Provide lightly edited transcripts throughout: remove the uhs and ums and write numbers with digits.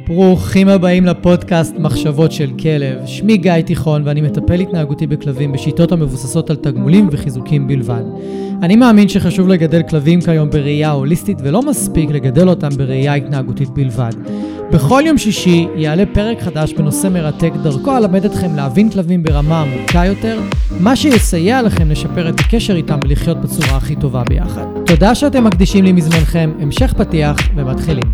ברוכים הבאים לפודקאסט מחשבות של כלב. שמי גיא תיכון ואני מטפל התנהגותי בכלבים בשיטות המבוססות על תגמולים וחיזוקים בלבד. אני מאמין שחשוב לגדל כלבים כיום בראייה הוליסטית ולא מספיק לגדל אותם בראייה התנהגותית בלבד. בכל יום שישי יעלה פרק חדש בנושא מרתק, דרכו אלמד אתכם להבין כלבים ברמה עמוקה יותר, מה שיסייע לכם לשפר את הקשר איתם ולחיות בצורה הכי טובה ביחד. תודה שאתם מקדישים לי מזמנכם, המשך פתיח ומתחילים.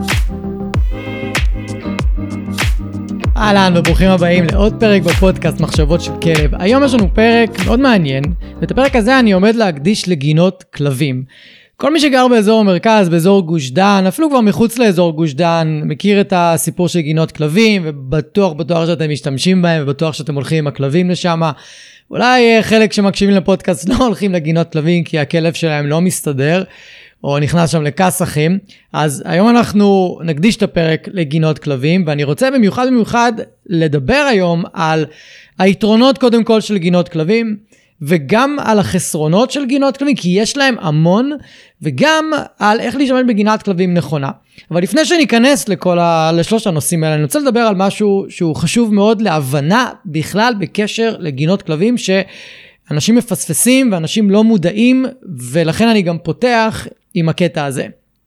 אהלן וברוכים הבאים לעוד פרק בפודקאסט מחשבות של כלב. היום יש לנו פרק מאוד מעניין, ואת הפרק הזה אני עומד להקדיש לגינות כלבים. כל מי שגר באזור המרכז, באזור גוש דן, אפילו כבר מחוץ לאזור גוש דן, מכיר את הסיפור של גינות כלבים, ובטוח שאתם משתמשים בהם, ובטוח שאתם הולכים עם הכלבים לשם. אולי חלק שמקשיבים לפודקאסט לא הולכים לגינות כלבים, כי הכלב שלהם לא מסתדר, או נכנס שם לקסחים. אז היום אנחנו נקדיש את הפרק לגינות כלבים, ואני רוצה במיוחד לדבר היום על היתרונות קודם כל של גינות כלבים, וגם על החסרונות של גינות כלבים, כי יש להם המון, וגם על איך להשתמש בגינת כלבים נכונה. אבל לפני שניכנס לשלוש הנושאים האלה, אני רוצה לדבר על משהו שהוא חשוב מאוד להבנה בכלל בקשר לגינות כלבים, שאנשים מפספסים ואנשים לא מודעים, ולכן אני גם פותח עם הקטע הזה.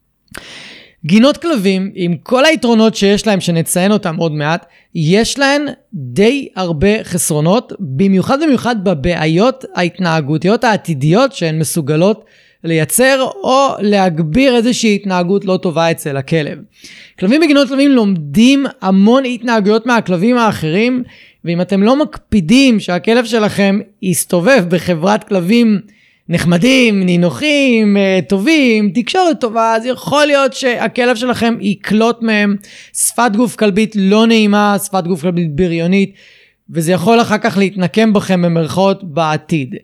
גינות כלבים, עם כל היתרונות שיש להם, שנציין אותם עוד מעט, יש להן די הרבה חסרונות, במיוחד בבעיות ההתנהגותיות העתידיות שהן מסוגלות לייצר או להגביר איזושהי התנהגות לא טובה אצל הכלב. כלבים בגינות כלבים לומדים המון התנהגויות מהכלבים האחרים, ואם אתם לא מקפידים שהכלב שלכם יסתובב בחברת כלבים נחמדים, נינוחים, טובים, תקשורת טובה, אז יכול להיות שהכלב שלכם יקלוט מהם שפת גוף כלבית לא נעימה, שפת גוף כלבית בריונית, וזה יכול אחר כך להתנקם בכם במרכאות בעתיד.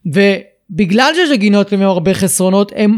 ובגלל שיש לגינות כלבים הרבה חסרונות, הם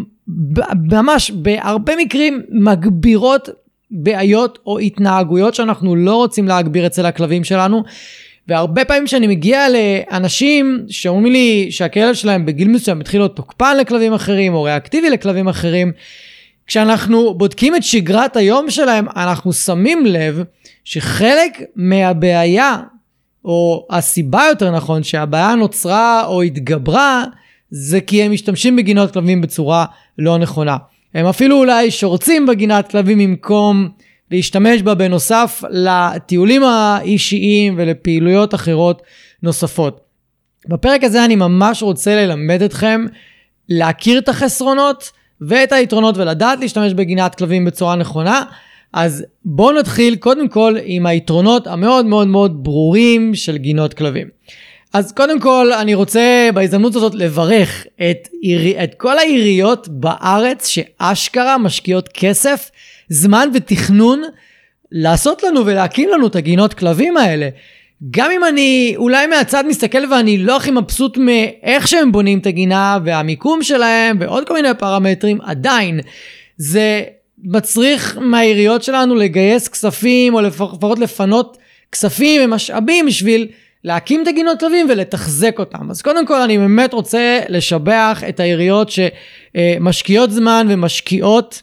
ממש בהרבה מקרים מגבירות בעיות או התנהגויות שאנחנו לא רוצים להגביר אצל הכלבים שלנו, והרבה פעמים שאני מגיע לאנשים שאומרים לי שהכלב שלהם בגיל מסוים מתחיל להיות תוקפן לכלבים אחרים או ריאקטיבי לכלבים אחרים, כשאנחנו בודקים את שגרת היום שלהם, אנחנו שמים לב שחלק מהבעיה, או הסיבה יותר נכון, שהבעיה נוצרה או התגברה, זה כי הם משתמשים בגינות כלבים בצורה לא נכונה. הם אפילו אולי שורצים בגינת כלבים במקום להשתמש בה בנוסף לטיולים האישיים ולפעילויות אחרות נוספות. בפרק הזה אני ממש רוצה ללמד אתכם להכיר את החסרונות ואת היתרונות ולדעת להשתמש בגינת כלבים בצורה נכונה. אז בואו נתחיל קודם כל עם היתרונות המאוד מאוד מאוד ברורים של גינות כלבים. אז קודם כל אני רוצה בהזדמנות הזאת לברך את כל העיריות בארץ שאשכרה משקיעות כסף, זמן ותכנון לעשות לנו ולהקים לנו את הגינות כלבים האלה. גם אם אני אולי מהצד מסתכל ואני לא הכי מבסוט מאיך שהם בונים את הגינה והמיקום שלהם ועוד כל מיני פרמטרים, עדיין זה מצריך מהעיריות שלנו לגייס כספים או לפחות לפנות כספים ומשאבים בשביל להקים את הגינות כלבים ולתחזק אותם. אז קודם כל אני באמת רוצה לשבח את העיריות שמשקיעות זמן ומשקיעות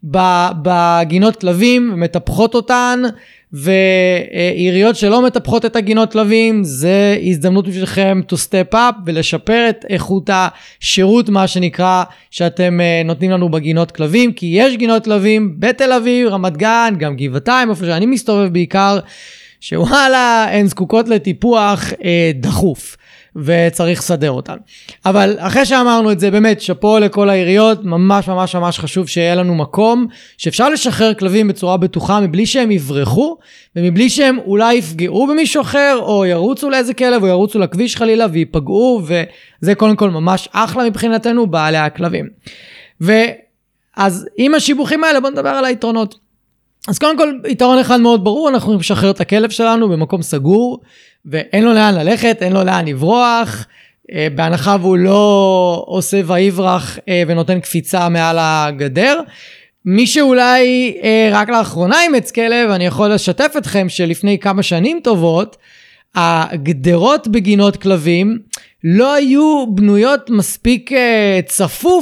בגינות כלבים ומטפחות אותן, ועיריות שלא מטפחות את הגינות כלבים, זה הזדמנות בשבילכם to step up ולשפר את איכות השירות, מה שנקרא, שאתם נותנים לנו בגינות כלבים, כי יש גינות כלבים בתל אביב, רמת גן, גם גבעתיים, איפה שאני מסתובב בעיקר, שוואלה, הן זקוקות לטיפוח דחוף, וצריך לסדר אותן. אבל אחרי שאמרנו את זה, באמת שפו לכל העיריות, ממש ממש ממש חשוב שיהיה לנו מקום שאפשר לשחרר כלבים בצורה בטוחה, מבלי שהם יברחו, ומבלי שהם אולי יפגעו במישהו אחר, או ירוצו לאיזה כלב, או ירוצו לכביש חלילה ויפגעו, וזה קודם כל ממש אחלה מבחינתנו, בעלי הכלבים. ואז עם השיבוכים האלה, בואו נדבר על היתרונות. אז קודם כל, יתרון אחד מאוד ברור, אנחנו נשחרר את הכלב שלנו במקום סגור, ואין לו לאן ללכת, אין לו לאן לברוח, בהנחה והוא לא עושה ויברח ונותן קפיצה מעל הגדר. מי שאולי רק לאחרונה אימץ כלב, אני יכול לשתף אתכם שלפני כמה שנים טובות, הגדרות בגינות כלבים לא היו בנויות מספיק צפוף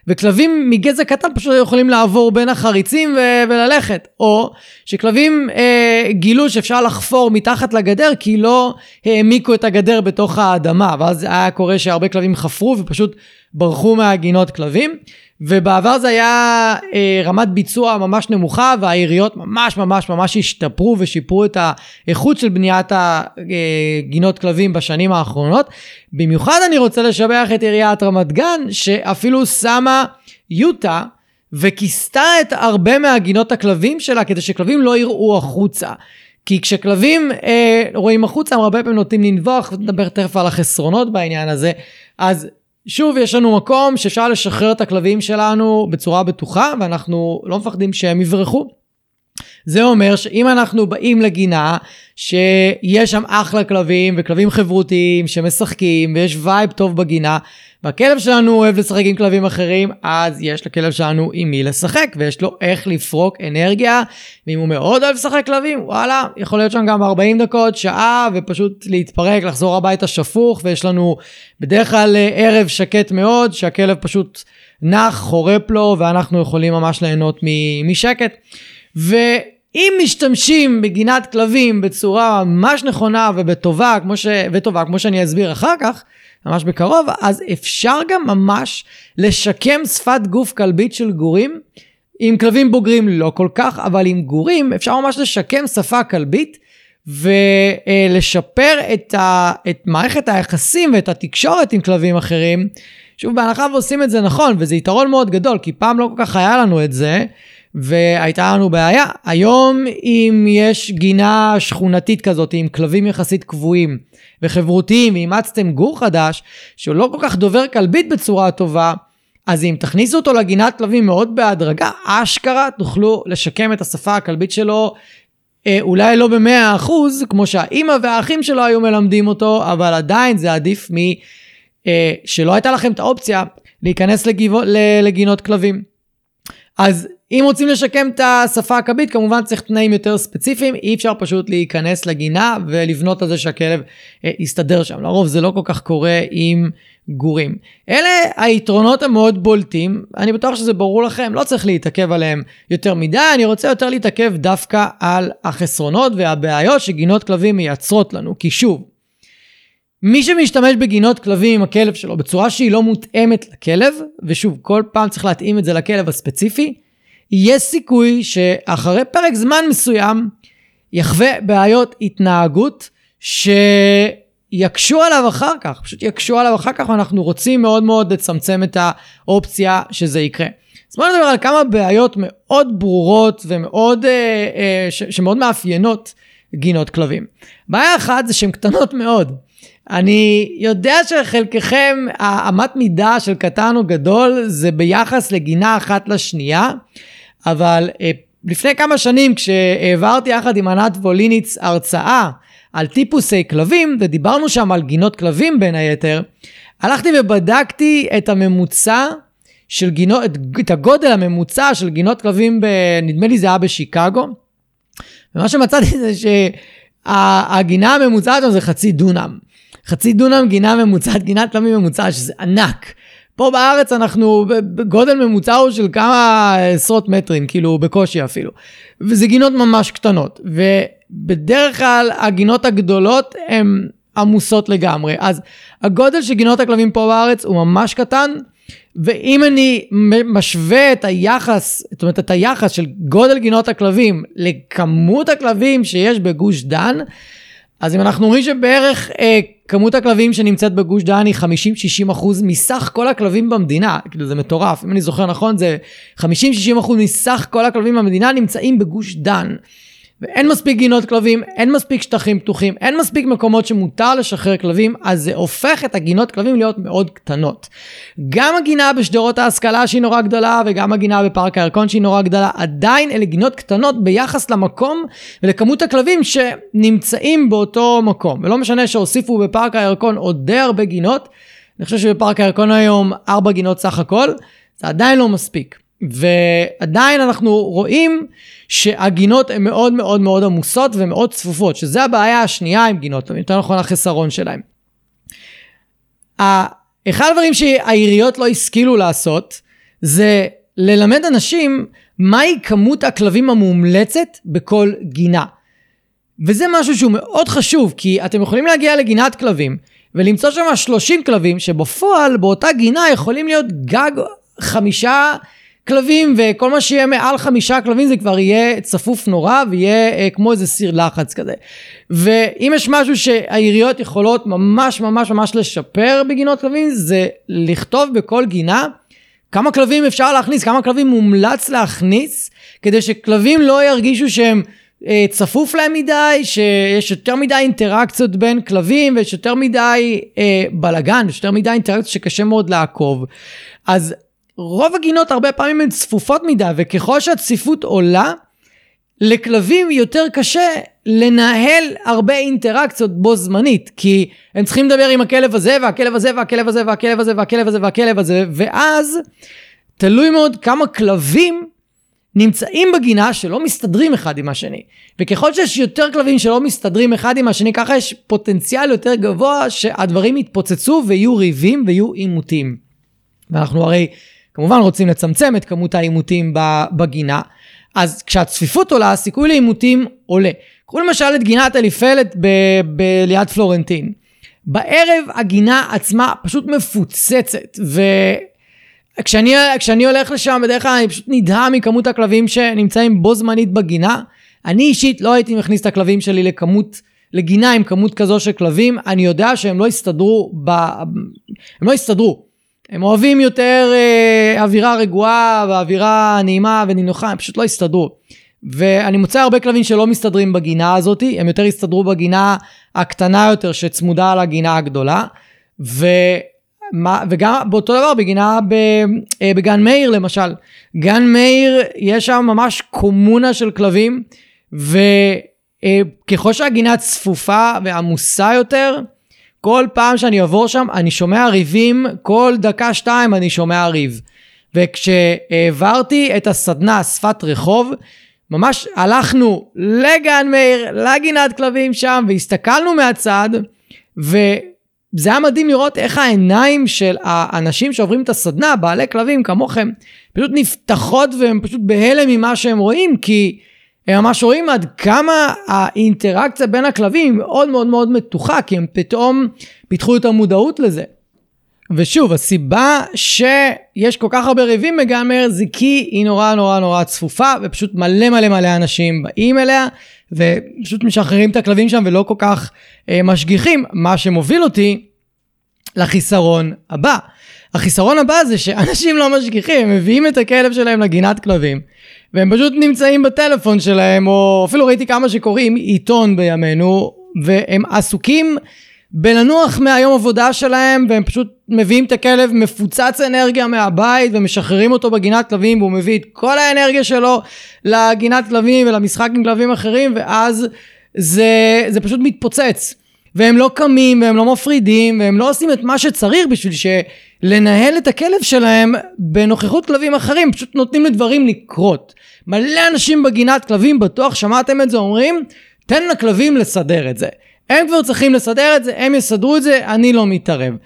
וכלבים מגזע קטן פשוט יכולים לעבור בין החריצים וללכת, או שכלבים גילו שאפשר לחפור מתחת לגדר, כי לא העמיקו את הגדר בתוך האדמה, ואז היה קורה שהרבה כלבים חפרו ופשוט ברחו מהגינות כלבים, ובעבר זה היה רמת ביצוע ממש נמוכה, והעיריות ממש השתפרו ושיפרו את האיכות של בניית הגינות כלבים בשנים האחרונות. במיוחד אני רוצה לשבח את עיריית רמת גן, שאפילו שמה יוטה וכיסתה את הרבה מהגינות הכלבים שלה, כדי שכלבים לא יראו החוצה. כי כשכלבים רואים החוצה, הם הרבה פעמים נוטים לנבוח, ונדבר תכף על החסרונות בעניין הזה, אז שוב, יש לנו מקום שאפשר לשחרר את הכלבים שלנו בצורה בטוחה, ואנחנו לא מפחדים שהם יברחו. זה אומר שאם אנחנו באים לגינה, שיש שם אחלה כלבים, וכלבים חברותיים שמשחקים, ויש וייב טוב בגינה, והכלב שלנו אוהב לשחק עם כלבים אחרים, אז יש לכלב שלנו עם מי לשחק, ויש לו איך לפרוק אנרגיה, ואם הוא מאוד אוהב לשחק כלבים, וואלה, יכול להיות שם גם 40 דקות, שעה, ופשוט להתפרק, לחזור הביתה שפוך, ויש לנו בדרך כלל ערב שקט מאוד, שהכלב פשוט נח, חורפ לו, ואנחנו יכולים ממש ליהנות משקט. ואם משתמשים בגינת כלבים בצורה ממש נכונה ובטובה, כמו שאני אסביר אחר כך, ממש בקרוב, אז אפשר גם ממש לשקם שפת גוף כלבית של גורים. עם כלבים בוגרים לא כל כך, אבל עם גורים אפשר ממש לשקם שפה כלבית, ולשפר את מערכת היחסים ואת התקשורת עם כלבים אחרים. שוב, בהנחה ועושים את זה נכון, וזה יתרון מאוד גדול, כי פעם לא כל כך היה לנו את זה, והייתה לנו בעיה. היום אם יש גינה שכונתית כזאת עם כלבים יחסית קבועים וחברותיים, ואימצתם גור חדש שהוא לא כל כך דובר כלבית בצורה טובה, אז אם תכניסו אותו לגינת כלבים מאוד בהדרגה, אשכרה תוכלו לשקם את השפה הכלבית שלו, אולי לא ב100%, כמו שהאימא והאחים שלו היו מלמדים אותו, אבל עדיין זה עדיף שלא הייתה לכם את האופציה להיכנס לגינות כלבים. אז אם רוצים לשקם את השפה הכלבית, כמובן צריך תנאים יותר ספציפיים, אי אפשר פשוט להיכנס לגינה ולבנות על זה שהכלב יסתדר שם. לרוב זה לא כל כך קורה עם גורים. אלה היתרונות המאוד בולטים, אני בטוח שזה ברור לכם, לא צריך להתעכב עליהם יותר מדי, אני רוצה יותר להתעכב דווקא על החסרונות והבעיות שגינות כלבים מייצרות לנו, כי שוב, מי שמשתמש בגינות כלבים עם הכלב שלו בצורה שהיא לא מותאמת לכלב, ושוב, כל פעם צריך להתאים את זה לכלב הספציפי, יש סיכוי שאחרי פרק זמן מסוים יחווה בעיות התנהגות שיקשו עליו אחר כך, פשוט יקשו עליו אחר כך, ואנחנו רוצים מאוד מאוד לצמצם את האופציה שזה יקרה. אז בואו נדבר על כמה בעיות מאוד ברורות ומאוד, שמאוד מאפיינות גינות כלבים. בעיה אחת זה שהן קטנות מאוד. אני יודע שחלקכם, האמת מידה של קטן או גדול זה ביחס לגינה אחת לשנייה, אבל לפני כמה שנים כשהעברתי יחד עם ענת ווליניץ הרצאה על טיפוסי כלבים, ודיברנו שם על גינות כלבים בין היתר, הלכתי ובדקתי את הממוצע של גינות, את הגודל הממוצע של גינות כלבים, נדמה לי זה היה בשיקגו, ומה שמצאתי זה שהגינה הממוצעת זה חצי דונם גינה ממוצעת, גינת כלבים ממוצעת, שזה ענק. פה בארץ אנחנו בגודל ממוצע הוא של כמה עשרות מטרים, כאילו בקושי אפילו. וזה גינות ממש קטנות. ובדרך כלל הגינות הגדולות הן עמוסות לגמרי. אז הגודל של גינות הכלבים פה בארץ הוא ממש קטן. ואם אני משווה את היחס, זאת אומרת את היחס של גודל גינות הכלבים לכמות הכלבים שיש בגוש דן, אז אם אנחנו רואים שבערך כמות הכלבים שנמצאת בגוש דן היא 50-60% מסך כל הכלבים במדינה, כאילו זה מטורף, אם אני זוכר נכון זה 50-60% מסך כל הכלבים במדינה נמצאים בגוש דן, ואין מספיק גינות כלבים, אין מספיק שטחים פתוחים, אין מספיק מקומות שמותר לשחרר כלבים, אז זה הופך את הגינות כלבים להיות מאוד קטנות. גם הגינה בשדרות ההשכלה שהיא נורא גדולה, וגם הגינה בפארק הירקון שהיא נורא גדולה, עדיין אלה גינות קטנות ביחס למקום ולכמות הכלבים שנמצאים באותו מקום. ולא משנה שהוסיפו בפארק הירקון עוד די הרבה גינות, אני חושב שבפארק הירקון היום 4 גינות סך הכל, זה עדיין לא מספיק. ועדיין אנחנו רואים שהגינות הן מאוד מאוד מאוד עמוסות ומאוד צפופות, שזה הבעיה השנייה עם גינות, יותר נכון החסרון שלהם. אחד הדברים שהעיריות לא השכילו לעשות, זה ללמד אנשים מהי כמות הכלבים המומלצת בכל גינה. וזה משהו שהוא מאוד חשוב, כי אתם יכולים להגיע לגינת כלבים, ולמצוא שם 30 כלבים, שבפועל באותה גינה יכולים להיות גג 5 כלבים, וכל מה שיהיה מעל 5 כלבים זה כבר יהיה צפוף נורא, ויהיה כמו איזה סיר לחץ כזה. ואם יש משהו שהעיריות יכולות ממש ממש ממש לשפר בגינות כלבים, זה לכתוב בכל גינה, כמה כלבים אפשר להכניס, כמה כלבים מומלץ להכניס, כדי שכלבים לא ירגישו שהם צפוף להם מדי, שיש יותר מדי אינטראקציות בין כלבים, ויש יותר מדי בלגן, ויש יותר מדי אינטראקציות שקשה מאוד לעקוב. אז רוב הגינות הרבה פעמים הן צפופות מדי, וככל שהצפיפות עולה, לכלבים יותר קשה לנהל הרבה אינטראקציות בו זמנית, כי הם צריכים לדבר עם הכלב הזה, והכלב הזה, והכלב הזה, והכלב הזה, והכלב הזה, והכלב הזה, ואז תלוי מאוד כמה כלבים נמצאים בגינה שלא מסתדרים אחד עם השני. וככל שיש יותר כלבים שלא מסתדרים אחד עם השני, ככה יש פוטנציאל יותר גבוה שהדברים יתפוצצו ויהיו ריבים ויהיו עימותים. ואנחנו הרי כמובן רוצים לצמצם את כמות העימותים בגינה, אז כשהצפיפות עולה, הסיכוי לעימותים עולה. קחו למשל את גינת אליפלט ליד פלורנטין. בערב הגינה עצמה פשוט מפוצצת, כשאני הולך לשם בדרך כלל אני פשוט נדהם מכמות הכלבים שנמצאים בו זמנית בגינה. אני אישית לא הייתי מכניס את הכלבים שלי לגינה עם כמות כזו של כלבים. אני יודע שהם לא יסתדרו, הם לא יסתדרו. הם אוהבים יותר אווירה רגועה ואווירה נעימה ונינוחה, הם פשוט לא יסתדרו. ואני מוצא הרבה כלבים שלא מסתדרים בגינה הזאת, הם יותר יסתדרו בגינה הקטנה יותר שצמודה על הגינה הגדולה, וגם באותו דבר בגינה בגן מאיר למשל. גן מאיר יש שם ממש קומונה של כלבים, וככל שהגינה צפופה ועמוסה יותר, כל פעם שאני אעבור שם אני שומע ריבים, כל דקה 2 אני שומע ריב. וכשהעברתי את הסדנה שפת רחוב, ממש הלכנו לגן מאיר, לגינת כלבים שם, והסתכלנו מהצד, וזה היה מדהים לראות איך העיניים של האנשים שעוברים את הסדנה, בעלי כלבים כמוכם, פשוט נפתחות והם פשוט בהלם ממה שהם רואים, כי הם ממש רואים עד כמה האינטראקציה בין הכלבים היא מאוד מאוד מאוד מתוחה, כי הם פתאום פיתחו את המודעות לזה. ושוב, הסיבה שיש כל כך הרבה ריבים בגן מאיר, זה כי היא נורא נורא נורא צפופה, ופשוט מלא מלא מלא אנשים באים אליה, ופשוט משחררים את הכלבים שם ולא כל כך משגיחים, מה שמוביל אותי לחיסרון הבא. החיסרון הבא זה שאנשים לא משגיחים, הם מביאים את הכלב שלהם לגינת כלבים, והם פשוט נמצאים בטלפון שלהם, או אפילו ראיתי כמה שקוראים עיתון בימינו, והם עסוקים בלנוח מהיום עבודה שלהם, והם פשוט מביאים את הכלב מפוצץ אנרגיה מהבית, ומשחררים אותו בגינת כלבים, והוא מביא את כל האנרגיה שלו לגינת כלבים, ולמשחק עם כלבים אחרים, ואז זה פשוט מתפוצץ. והם לא קמים, והם לא מפרידים, והם לא עושים את מה שצריך בשביל לנהל את הכלב שלהם בנוכחות כלבים אחרים, פשוט נותנים לדברים לקרות. מלא אנשים בגינת כלבים, בטוח שמעתם את זה, אומרים, תן לכלבים לסדר את זה. הם כבר צריכים לסדר את זה, הם יסדרו את זה, אני לא מתערב.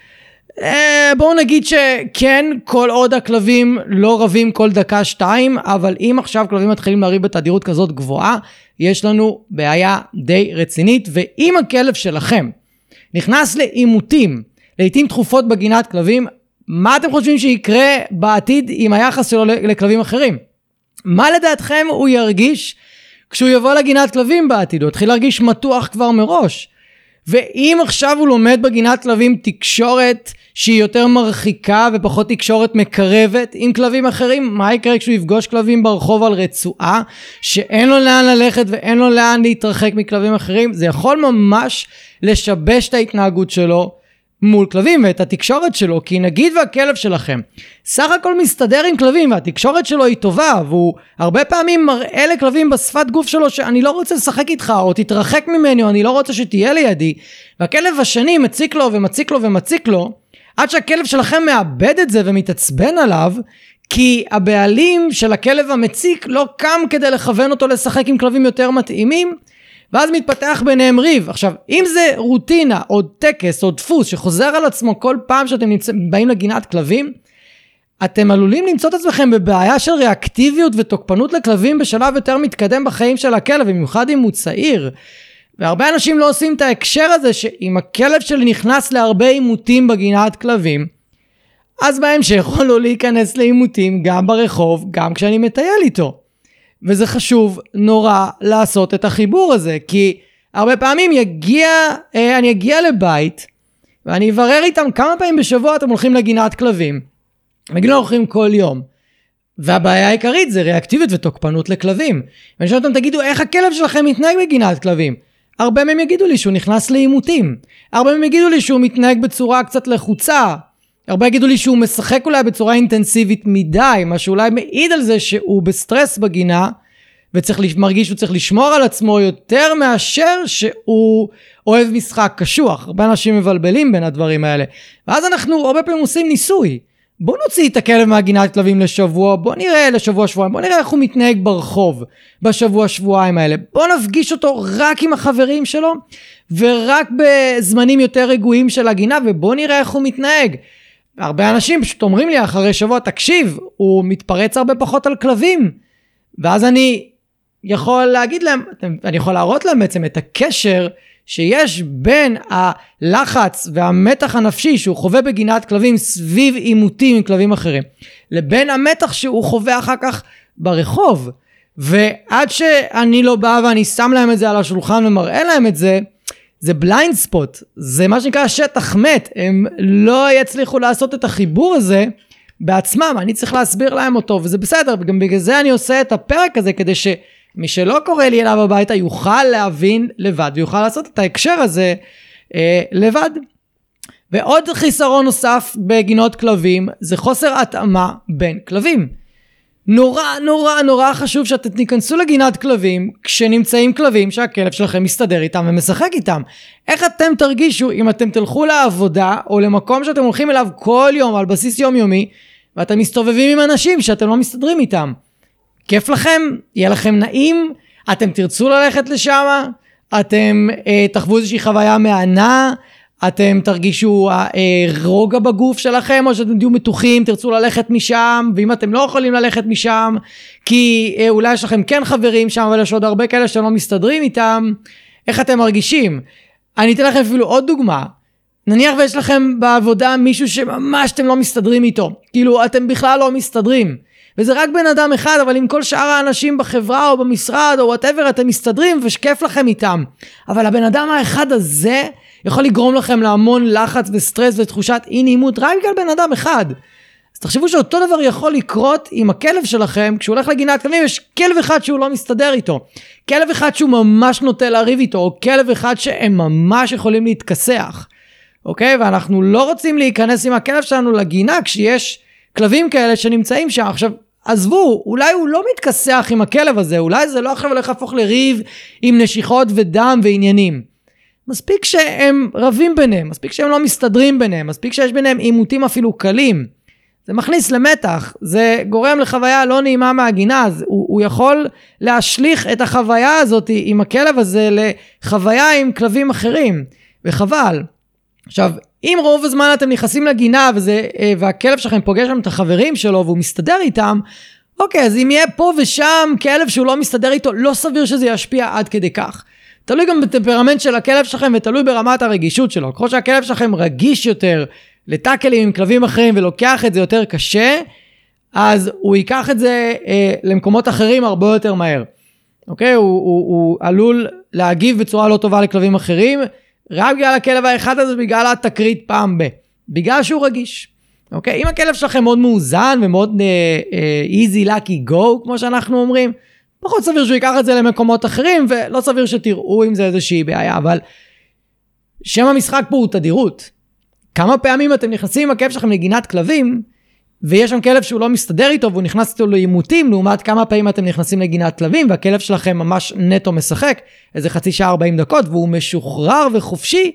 בואו נגיד שכן, כל עוד הכלבים לא רבים כל דקה 2, אבל אם עכשיו כלבים מתחילים להריב בתדירות כזאת גבוהה, יש לנו בעיה די רצינית, ואם הכלב שלכם נכנס לעימותים, לעתים תכופות בגינת כלבים, מה אתם חושבים שיקרה בעתיד עם היחס שלו לכלבים אחרים? מה לדעתכם הוא ירגיש כשהוא יבוא לגינת כלבים בעתיד? הוא התחיל להרגיש מתוח כבר מראש. ואם עכשיו הוא לומד בגינת כלבים תקשורת שהיא יותר מרחיקה ופחות תקשורת מקרבת עם כלבים אחרים, מה יקרה כשהוא יפגוש כלבים ברחוב על רצועה שאין לו לאן ללכת ואין לו לאן להתרחק מכלבים אחרים? זה יכול ממש לשבש את ההתנהגות שלו מול כלבים ואת התקשורת שלו, כי נגיד והכלב שלכם סך הכל מסתדר עם כלבים והתקשורת שלו היא טובה, והוא הרבה פעמים מראה לכלבים בשפת גוף שלו שאני לא רוצה לשחק איתך, או תתרחק ממני, או אני לא רוצה שתהיה לידי, והכלב השני מציק לו ומציק לו ומציק לו, עד שהכלב שלכם מאבד את זה ומתעצבן עליו, כי הבעלים של הכלב המציק לא קם כדי לכוון אותו לשחק עם כלבים יותר מתאימים, ואז מתפתח ביניהם ריב. עכשיו, אם זה רוטינה או טקס או דפוס שחוזר על עצמו כל פעם שאתם באים לגינת כלבים, אתם עלולים למצוא את עצמכם בבעיה של ריאקטיביות ותוקפנות לכלבים בשלב יותר מתקדם בחיים של הכלב, במיוחד אם הוא צעיר. והרבה אנשים לא עושים את ההקשר הזה, שאם הכלב שלי נכנס להרבה עימותים בגינת כלבים, אז בהמשך יכול לו להיכנס לעימותים גם ברחוב, גם כשאני מטייל איתו. וזה חשוב נורא לעשות את החיבור הזה, כי הרבה פעמים אני אגיע לבית, ואני אברר איתם כמה פעמים בשבוע אתם הולכים לגינת כלבים. וגיל הולכים כל יום. והבעיה העיקרית זה ריאקטיבית ותוקפנות לכלבים. ואני שואל אותם, תגידו, איך הכלב שלכם מתנהג בגינת כלבים? הרבה מהם יגידו לי שהוא נכנס לעימותים. הרבה מהם יגידו לי שהוא מתנהג בצורה קצת לחוצה. הרבה יגידו לי שהוא משחק אולי בצורה אינטנסיבית מדי, מה שאולי מעיד על זה שהוא בסטרס בגינה, מרגיש שהוא צריך לשמור על עצמו יותר מאשר שהוא אוהב משחק קשוח. הרבה אנשים מבלבלים בין הדברים האלה. ואז אנחנו הרבה פעמים עושים ניסוי. בוא נוציא את הכלב מהגינת כלבים לשבוע, בוא נראה לשבוע-שבועיים, בוא נראה איך הוא מתנהג ברחוב בשבוע-שבועיים האלה. בוא נפגיש אותו רק עם החברים שלו, ורק בזמנים יותר רגועים של הגינה, ובוא נראה איך הוא מתנהג. הרבה אנשים פשוט אומרים לי אחרי שבוע, תקשיב, הוא מתפרץ הרבה פחות על כלבים. ואז אני יכול להגיד להם, אני יכול להראות להם בעצם את הקשר שיש בין הלחץ והמתח הנפשי שהוא חווה בגינת כלבים סביב עימותים עם כלבים אחרים, לבין המתח שהוא חווה אחר כך ברחוב. ועד שאני לא בא ואני שם להם את זה על השולחן ומראה להם את זה, זה בליינד ספוט, זה מה שנקרא שטח מת, הם לא יצליחו לעשות את החיבור הזה בעצמם, אני צריך להסביר להם אותו, וזה בסדר, וגם בגלל זה אני עושה את הפרק הזה, כדי שמי שלא קורא לי אליו הביתה יוכל להבין לבד, ויוכל לעשות את ההקשר הזה לבד. ועוד חיסרון נוסף בגינות כלבים, זה חוסר התאמה בין כלבים. נורא נורא נורא חשוב שאתם תיכנסו לגינת כלבים כשנמצאים כלבים שהכלב שלכם מסתדר איתם ומשחק איתם. איך אתם תרגישו אם אתם תלכו לעבודה או למקום שאתם הולכים אליו כל יום על בסיס יומיומי, ואתם מסתובבים עם אנשים שאתם לא מסתדרים איתם? כיף לכם? יהיה לכם נעים? אתם תרצו ללכת לשם? אתם תחוו איזושהי חוויה מענה? אתם תרגישו רוגע בגוף שלכם, או שאתם תהיו מתוחים, תרצו ללכת משם, ואם אתם לא יכולים ללכת משם, כי אולי יש לכם כן חברים שם, אבל יש עוד הרבה כאלה שאתם לא מסתדרים איתם, איך אתם מרגישים? אני אתן לכם אפילו עוד דוגמה. נניח ויש לכם בעבודה מישהו שממש אתם לא מסתדרים איתו, כאילו אתם בכלל לא מסתדרים, וזה רק בן אדם אחד, אבל עם כל שאר האנשים בחברה או במשרד או whatever אתם מסתדרים ושכיף לכם איתם, אבל הבן אדם האחד הזה יכול לגרום לכם להמון לחץ וסטרס ותחושת אי נעימות רק בגלל בן אדם אחד. אז תחשבו שאותו דבר יכול לקרות עם הכלב שלכם, כשהוא הולך לגינת כלבים יש כלב אחד שהוא לא מסתדר איתו, כלב אחד שהוא ממש נוטה לריב איתו, או כלב אחד שהם ממש יכולים להתכסח, אוקיי? ואנחנו לא רוצים להיכנס עם הכלב שלנו לגינה כשיש כלבים כאלה שנמצאים שם. עכשיו עזבו, אולי הוא לא מתכסח עם הכלב הזה, אולי זה לא עכשיו הולך להפוך לריב עם נשיכות ודם ועניינים. מספיק שהם רבים ביניהם, מספיק שהם לא מסתדרים ביניהם, מספיק שיש ביניהם עימותים אפילו קלים. זה מכניס למתח, זה גורם לחוויה לא נעימה מהגינה, אז הוא יכול להשליך את החוויה הזאת עם הכלב הזה לחוויה עם כלבים אחרים, וחבל. עכשיו, אם רוב הזמן אתם נכנסים לגינה והכלב שלכם פוגש שם את החברים שלו והוא מסתדר איתם, אוקיי, אז אם יהיה פה ושם כלב שהוא לא מסתדר איתו, לא סביר שזה ישפיע עד כדי כך. תלוי גם בטמפרמנט של הכלב שלכם ותלוי ברמת הרגישות שלו. ככל שהכלב שלכם רגיש יותר לטאקלים עם כלבים אחרים ולוקח את זה יותר קשה, אז הוא ייקח את זה למקומות אחרים הרבה יותר מהר. אוקיי? הוא עלול להגיב בצורה לא טובה לכלבים אחרים, רק בגלל הכלב האחד הזה, בגלל התקרית פעם בגלל שהוא רגיש. אוקיי? אם הכלב שלכם מאוד מאוזן ומאוד easy lucky go, כמו שאנחנו אומרים, פחות סביר שהוא ייקח את זה למקומות אחרים, ולא סביר שתראו אם זה איזושהי בעיה, אבל שם המשחק פה הוא תדירות. כמה פעמים אתם נכנסים עם הכלב שלכם לגינת כלבים, ויש שם כלב שהוא לא מסתדר איתו, והוא נכנס איתו לעימותים, לעומת כמה פעמים אתם נכנסים לגינת כלבים, והכלב שלכם ממש נטו משחק, איזה חצי שעה 40 דקות, והוא משוחרר וחופשי,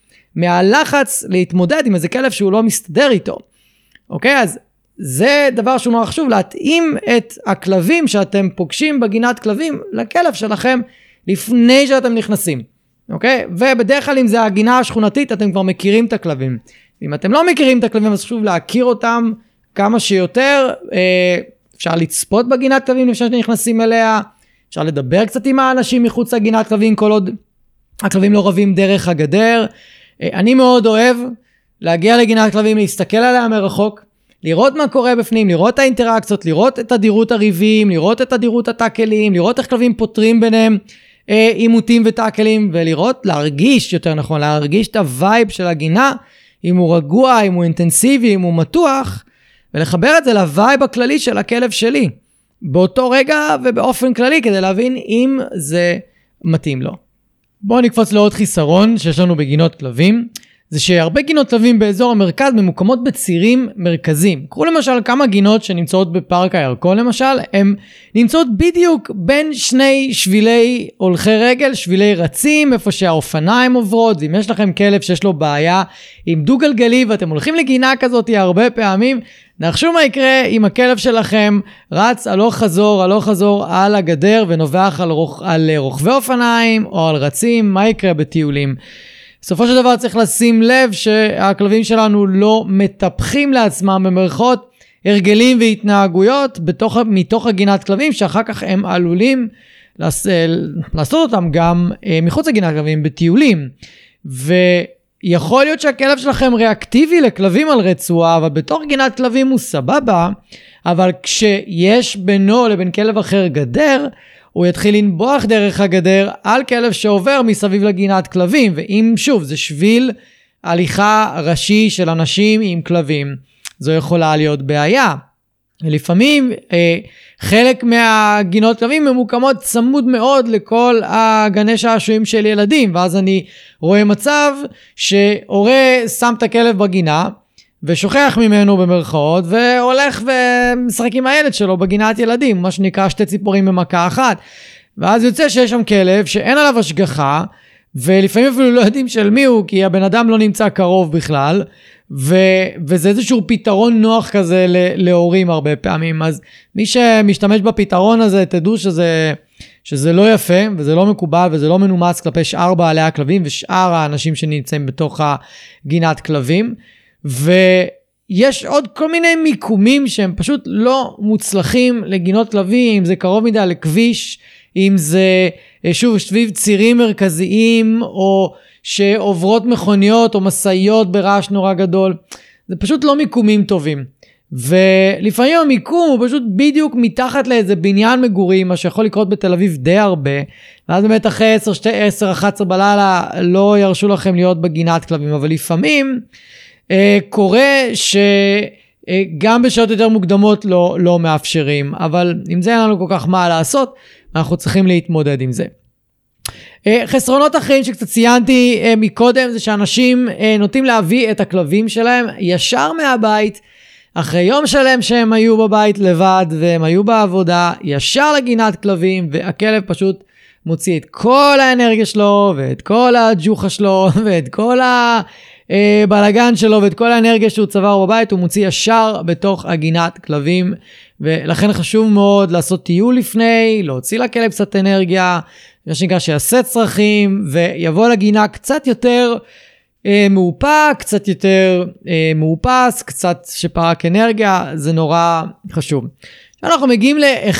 מהלחץ להתמודד עם איזה כלב שהוא לא מסתדר איתו. אוקיי? אז זה דבר שהוא נורא חשוב, להתאים את הכלבים שאתם פוגשים בגינת כלבים לכלב שלכם לפני שאתם נכנסים. אוקיי? ובדרך כלל אם זה הגינה השכונתית, אתם כבר מכירים את הכלבים. אם אתם לא מכירים את הכלבים, אז חשוב להכיר אותם כמה שיותר, אפשר לצפות בגינת כלבים לפני שנכנסים אליה, אפשר לדבר קצת עם האנשים מחוץ לגינת כלבים, כל עוד הכלבים לא רבים דרך הגדר. אני מאוד אוהב להגיע לגינת כלבים, להסתכל עליה מרחוק, לראות מה קורה בפנים, לראות את האינטראקציות, לראות את תדירות הריבים, לראות את תדירות הטאקלים, לראות איך כלבים פותרים ביניהם עימותים וטאקלים, ולראות, להרגיש יותר נכון, להרגיש את הווייב של הגינה, אם הוא רגוע, אם הוא אינטנסיבי, אם הוא מתוח, ולחבר את זה לווייב הכללי של הכלב שלי, באותו רגע ובאופן כללי, כדי להבין אם זה מתאים לו. בואו נקפוץ לעוד חיסרון שיש לנו בגינות כלבים, זה שהרבה גינות כלבים באזור המרכז ממוקמות בצירים מרכזיים. קחו למשל כמה גינות שנמצאות בפארק הירקון למשל, הן נמצאות בדיוק בין שני שבילי הולכי רגל, שבילי רצים, איפה שהאופניים עוברות, ואם יש לכם כלב שיש לו בעיה עם דו גלגלי, ואתם הולכים לגינה כזאת הרבה פעמים, נחשו מה יקרה אם הכלב שלכם רץ הלוך חזור על הגדר ונובח על רוכבי אופניים או על רצים, מה יקרה בטיולים? בסופו של דבר צריך לשים לב שהכלבים שלנו לא מטפחים לעצמם במרכאות הרגלים והתנהגויות מתוך הגינת כלבים, שאחר כך הם עלולים לעשות אותם גם מחוץ לגינת כלבים בטיולים. ויכול להיות שהכלב שלכם ריאקטיבי לכלבים על רצועה, אבל בתוך גינת כלבים הוא סבבה, אבל כשיש בינו לבין כלב אחר גדר, הוא יתחיל לנבוח דרך הגדר על כלב שעובר מסביב לגינת כלבים, ואם שוב זה שביל הליכה ראשי של אנשים עם כלבים, זו יכולה להיות בעיה. לפעמים חלק מהגינות כלבים ממוקמות צמוד מאוד לכל הגני שעשועים של ילדים, ואז אני רואה מצב שהורה שם את הכלב בגינה, ושוכח ממנו במרכאות, והולך ומשחק עם הילד שלו בגינת ילדים, מה שנקרא שתי ציפורים במכה אחת. ואז יוצא שיש שם כלב שאין עליו השגחה, ולפעמים אפילו לא יודעים של מי הוא, כי הבן אדם לא נמצא קרוב בכלל, וזה איזשהו פתרון נוח כזה להורים הרבה פעמים. אז מי שמשתמש בפתרון הזה, תדעו שזה לא יפה, וזה לא מקובל, וזה לא מנומס כלפי שאר בעלי הכלבים, ושאר האנשים שנמצאים בתוך הגינת כלבים. ויש עוד כל מיני מיקומים שהם פשוט לא מוצלחים לגינות כלבים, אם זה קרוב מדי לכביש, אם זה שוב סביב צירים מרכזיים, או שעוברות מכוניות או מסעיות ברעש נורא גדול. זה פשוט לא מיקומים טובים. ולפעמים המיקום הוא פשוט בדיוק מתחת לאיזה בניין מגורים, מה שיכול לקרות בתל אביב די הרבה, ואז באמת אחרי 10-11 בלילה לא ירשו לכם להיות בגינת כלבים, אבל לפעמים קורה שגם בשעות יותר מוקדמות לא מאפשרים, אבל עם זה אין לנו כל כך מה לעשות, אנחנו צריכים להתמודד עם זה. חסרונות אחרים שקצת ציינתי מקודם, זה שאנשים נוטים להביא את הכלבים שלהם ישר מהבית, אחרי יום שלם שהם היו בבית לבד והם היו בעבודה, ישר לגינת כלבים, והכלב פשוט מוציא את כל האנרגיה שלו ואת כל הג'וחה שלו ואת כל הבלגן שלו ואת כל האנרגיה שהוא צבר בבית, הוא מוציא ישר בתוך הגינת כלבים, ולכן חשוב מאוד לעשות טיול לפני, להוציא לכלב קצת אנרגיה, שנקרא שיעשה צרכים, ויבוא לגינה קצת יותר מאופק, קצת יותר מאופס, קצת שפרק אנרגיה, זה נורא חשוב. אנחנו מגיעים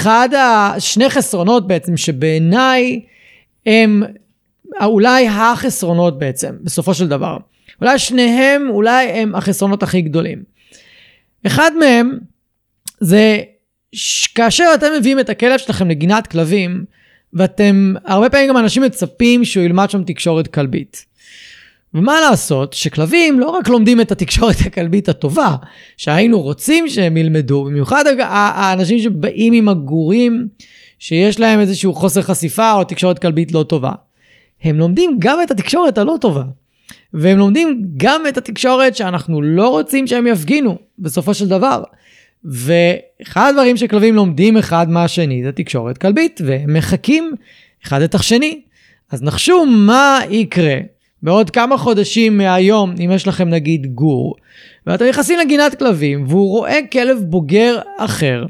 שני חסרונות בעצם, שבעיניי הם אולי החסרונות בעצם, בסופו של דבר. אולי שניהם, אולי הם החסרונות הכי גדולים. אחד מהם, זה כאשר אתם מביאים את הכלב שלכם לגינת כלבים, ואתם, הרבה פעמים גם אנשים מצפים שהוא ילמד שם תקשורת כלבית. ומה לעשות? שכלבים לא רק לומדים את התקשורת הכלבית הטובה, שהיינו רוצים שהם ילמדו, במיוחד האנשים שבאים עם הגורים, שיש להם איזשהו חוסר חשיפה או תקשורת כלבית לא טובה. הם לומדים גם את התקשורת הלא טובה. והם לומדים גם את התקשורת שאנחנו לא רוצים שהם יפגינו, בסופו של דבר. ואחד הדברים שכלבים לומדים אחד מהשני זה תקשורת כלבית, והם מחכים אחד את השני. אז נחשו מה יקרה בעוד כמה חודשים מהיום, אם יש לכם נגיד גור, ואתם נכנסים לגינת כלבים, והוא רואה כלב בוגר אחר,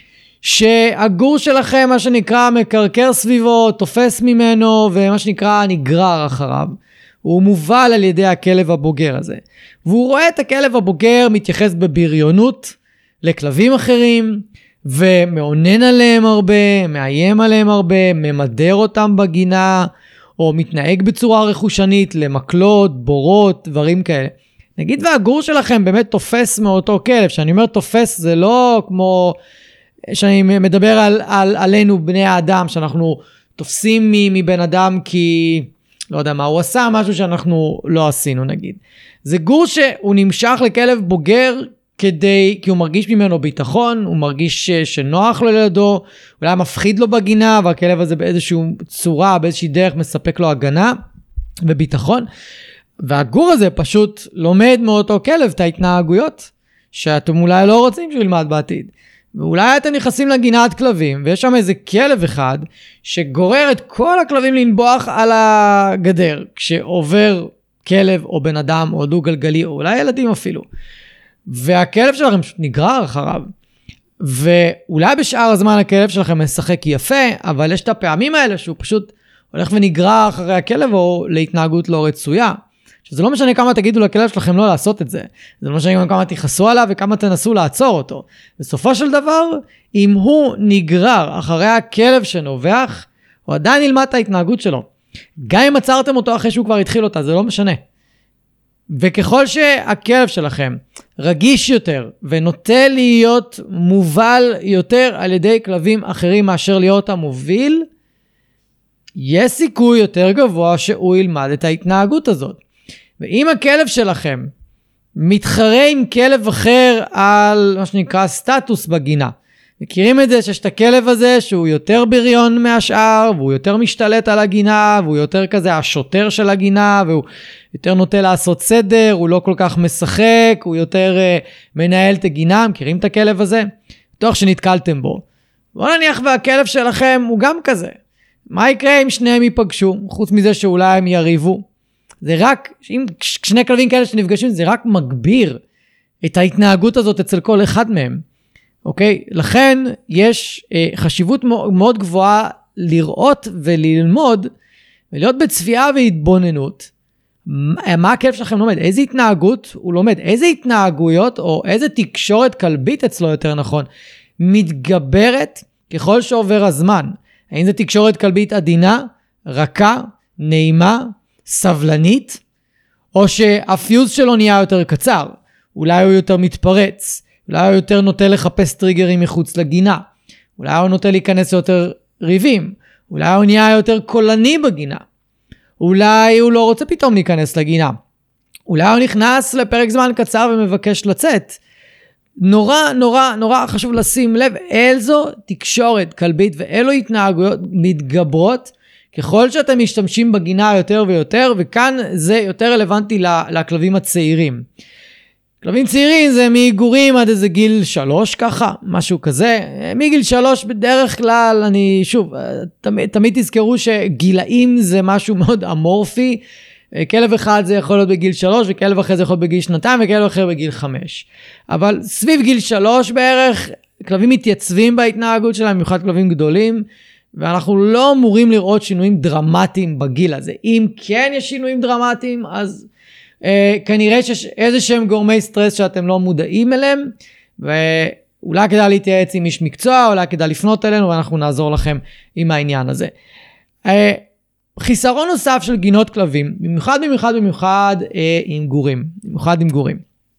שהגור שלכם מה שנקרא מקרקר סביבו, תופס ממנו, ומה שנקרא נגרר אחריו. הוא מובל על ידי הכלב הבוגר הזה. והוא רואה את הכלב הבוגר מתייחס בבריונות לכלבים אחרים, ומעונן עליהם הרבה, מאיים עליהם הרבה, ממדר אותם בגינה, או מתנהג בצורה רכושנית למקלות, בורות, דברים כאלה. נגיד והגור שלכם באמת תופס מאותו כלב, שאני אומר תופס זה לא כמו שאני מדבר עלינו בני האדם, שאנחנו תופסים מבן אדם כי לא יודע מה, הוא עשה משהו שאנחנו לא עשינו נגיד. זה גור שהוא נמשך לכלב בוגר כי הוא מרגיש ממנו ביטחון, הוא מרגיש שנוח לו לידו, אולי מפחיד לו בגינה, והכלב הזה באיזושהי צורה, באיזושהי דרך מספק לו הגנה וביטחון. והגור הזה פשוט לומד מאותו כלב את ההתנהגויות שאתם אולי לא רוצים שהוא ילמד בעתיד. ואולי אתם נכנסים לגינת כלבים, ויש שם איזה כלב אחד שגורר את כל הכלבים לנבוח על הגדר, כשעובר כלב או בן אדם או דו גלגלי, או אולי ילדים אפילו. והכלב שלכם פשוט נגרר אחריו. ואולי בשאר הזמן הכלב שלכם משחק יפה, אבל יש את הפעמים האלה שהוא פשוט הולך ונגרר אחרי הכלב או להתנהגות לא רצויה. שזה לא משנה כמה תגידו לכלב שלכם לא לעשות את זה. זה לא משנה כמה תיחסו עליו וכמה תנסו לעצור אותו. בסופו של דבר, אם הוא נגרר אחרי הכלב שנובח, הוא עדיין ילמד את ההתנהגות שלו. גם אם עצרתם אותו אחרי שהוא כבר התחיל אותה, זה לא משנה. וככל שהכלב שלכם רגיש יותר ונוטה להיות מובל יותר על ידי כלבים אחרים מאשר להיות המוביל, יש סיכוי יותר גבוה שהוא ילמד את ההתנהגות הזאת. ואם הכלב שלכם מתחרה עם כלב אחר על מה שנקרא סטטוס בגינה, מכירים את זה שיש את הכלב הזה שהוא יותר בריון מהשאר, והוא יותר משתלט על הגינה, והוא יותר כזה השוטר של הגינה, והוא יותר נוטה לעשות סדר, הוא לא כל כך משחק, הוא יותר מנהל את הגינה, מכירים את הכלב הזה? תוך שנתקלתם בו. בוא נניח והכלב שלכם הוא גם כזה. מה יקרה אם שניהם ייפגשו? חוץ מזה שאולי הם יריבו. זה רק, אם שני כלבים כאלה שנפגשים, זה רק מגביר את ההתנהגות הזאת אצל כל אחד מהם. אוקיי? לכן יש חשיבות מאוד גבוהה לראות וללמוד, ולהיות בצפייה והתבוננות. מה הכלב שלכם לומד? איזה התנהגות הוא לומד? איזה התנהגויות או איזה תקשורת כלבית אצלו יותר נכון, מתגברת ככל שעובר הזמן. האם זה תקשורת כלבית עדינה, רכה, נעימה, סבלנית, או שהפיוז שלו נהיה יותר קצר, אולי הוא יותר מתפרץ, אולי הוא יותר נוטה לחפש טריגרים מחוץ לגינה, אולי הוא נוטה להיכנס יותר ריבים, אולי הוא נהיה יותר קולני בגינה, אולי הוא לא רוצה פתאום להיכנס לגינה, אולי הוא נכנס לפרק זמן קצר ומבקש לצאת. נורא חשוב לשים לב איזו תקשורת כלבית ואילו התנהגויות מתגברות ככל שאתם משתמשים בגינה יותר ויותר, וכאן זה יותר רלוונטי לכלבים הצעירים. כלבים צעירים זה מגורים עד איזה גיל 3 ככה, משהו כזה. מגיל 3 בדרך כלל, תמיד תזכרו שגילאים זה משהו מאוד אמורפי. כלב אחד זה יכול להיות בגיל 3, וכלב אחר זה יכול להיות בגיל 2, וכלב אחר בגיל 5. אבל סביב גיל 3 בערך, כלבים מתייצבים בהתנהגות שלהם, במיוחד כלבים גדולים, ואנחנו לא אמורים לראות שינויים דרמטיים בגיל הזה. אם כן יש שינויים דרמטיים, אז כנראה שיש איזה שהם גורמי סטרס שאתם לא מודעים אליהם, ואולי כדאי להתייעץ עם איש מקצוע, אולי כדאי לפנות אלינו, ואנחנו נעזור לכם עם העניין הזה. חיסרון נוסף של גינות כלבים, במיוחד עם גורים, במיוחד עם גורים.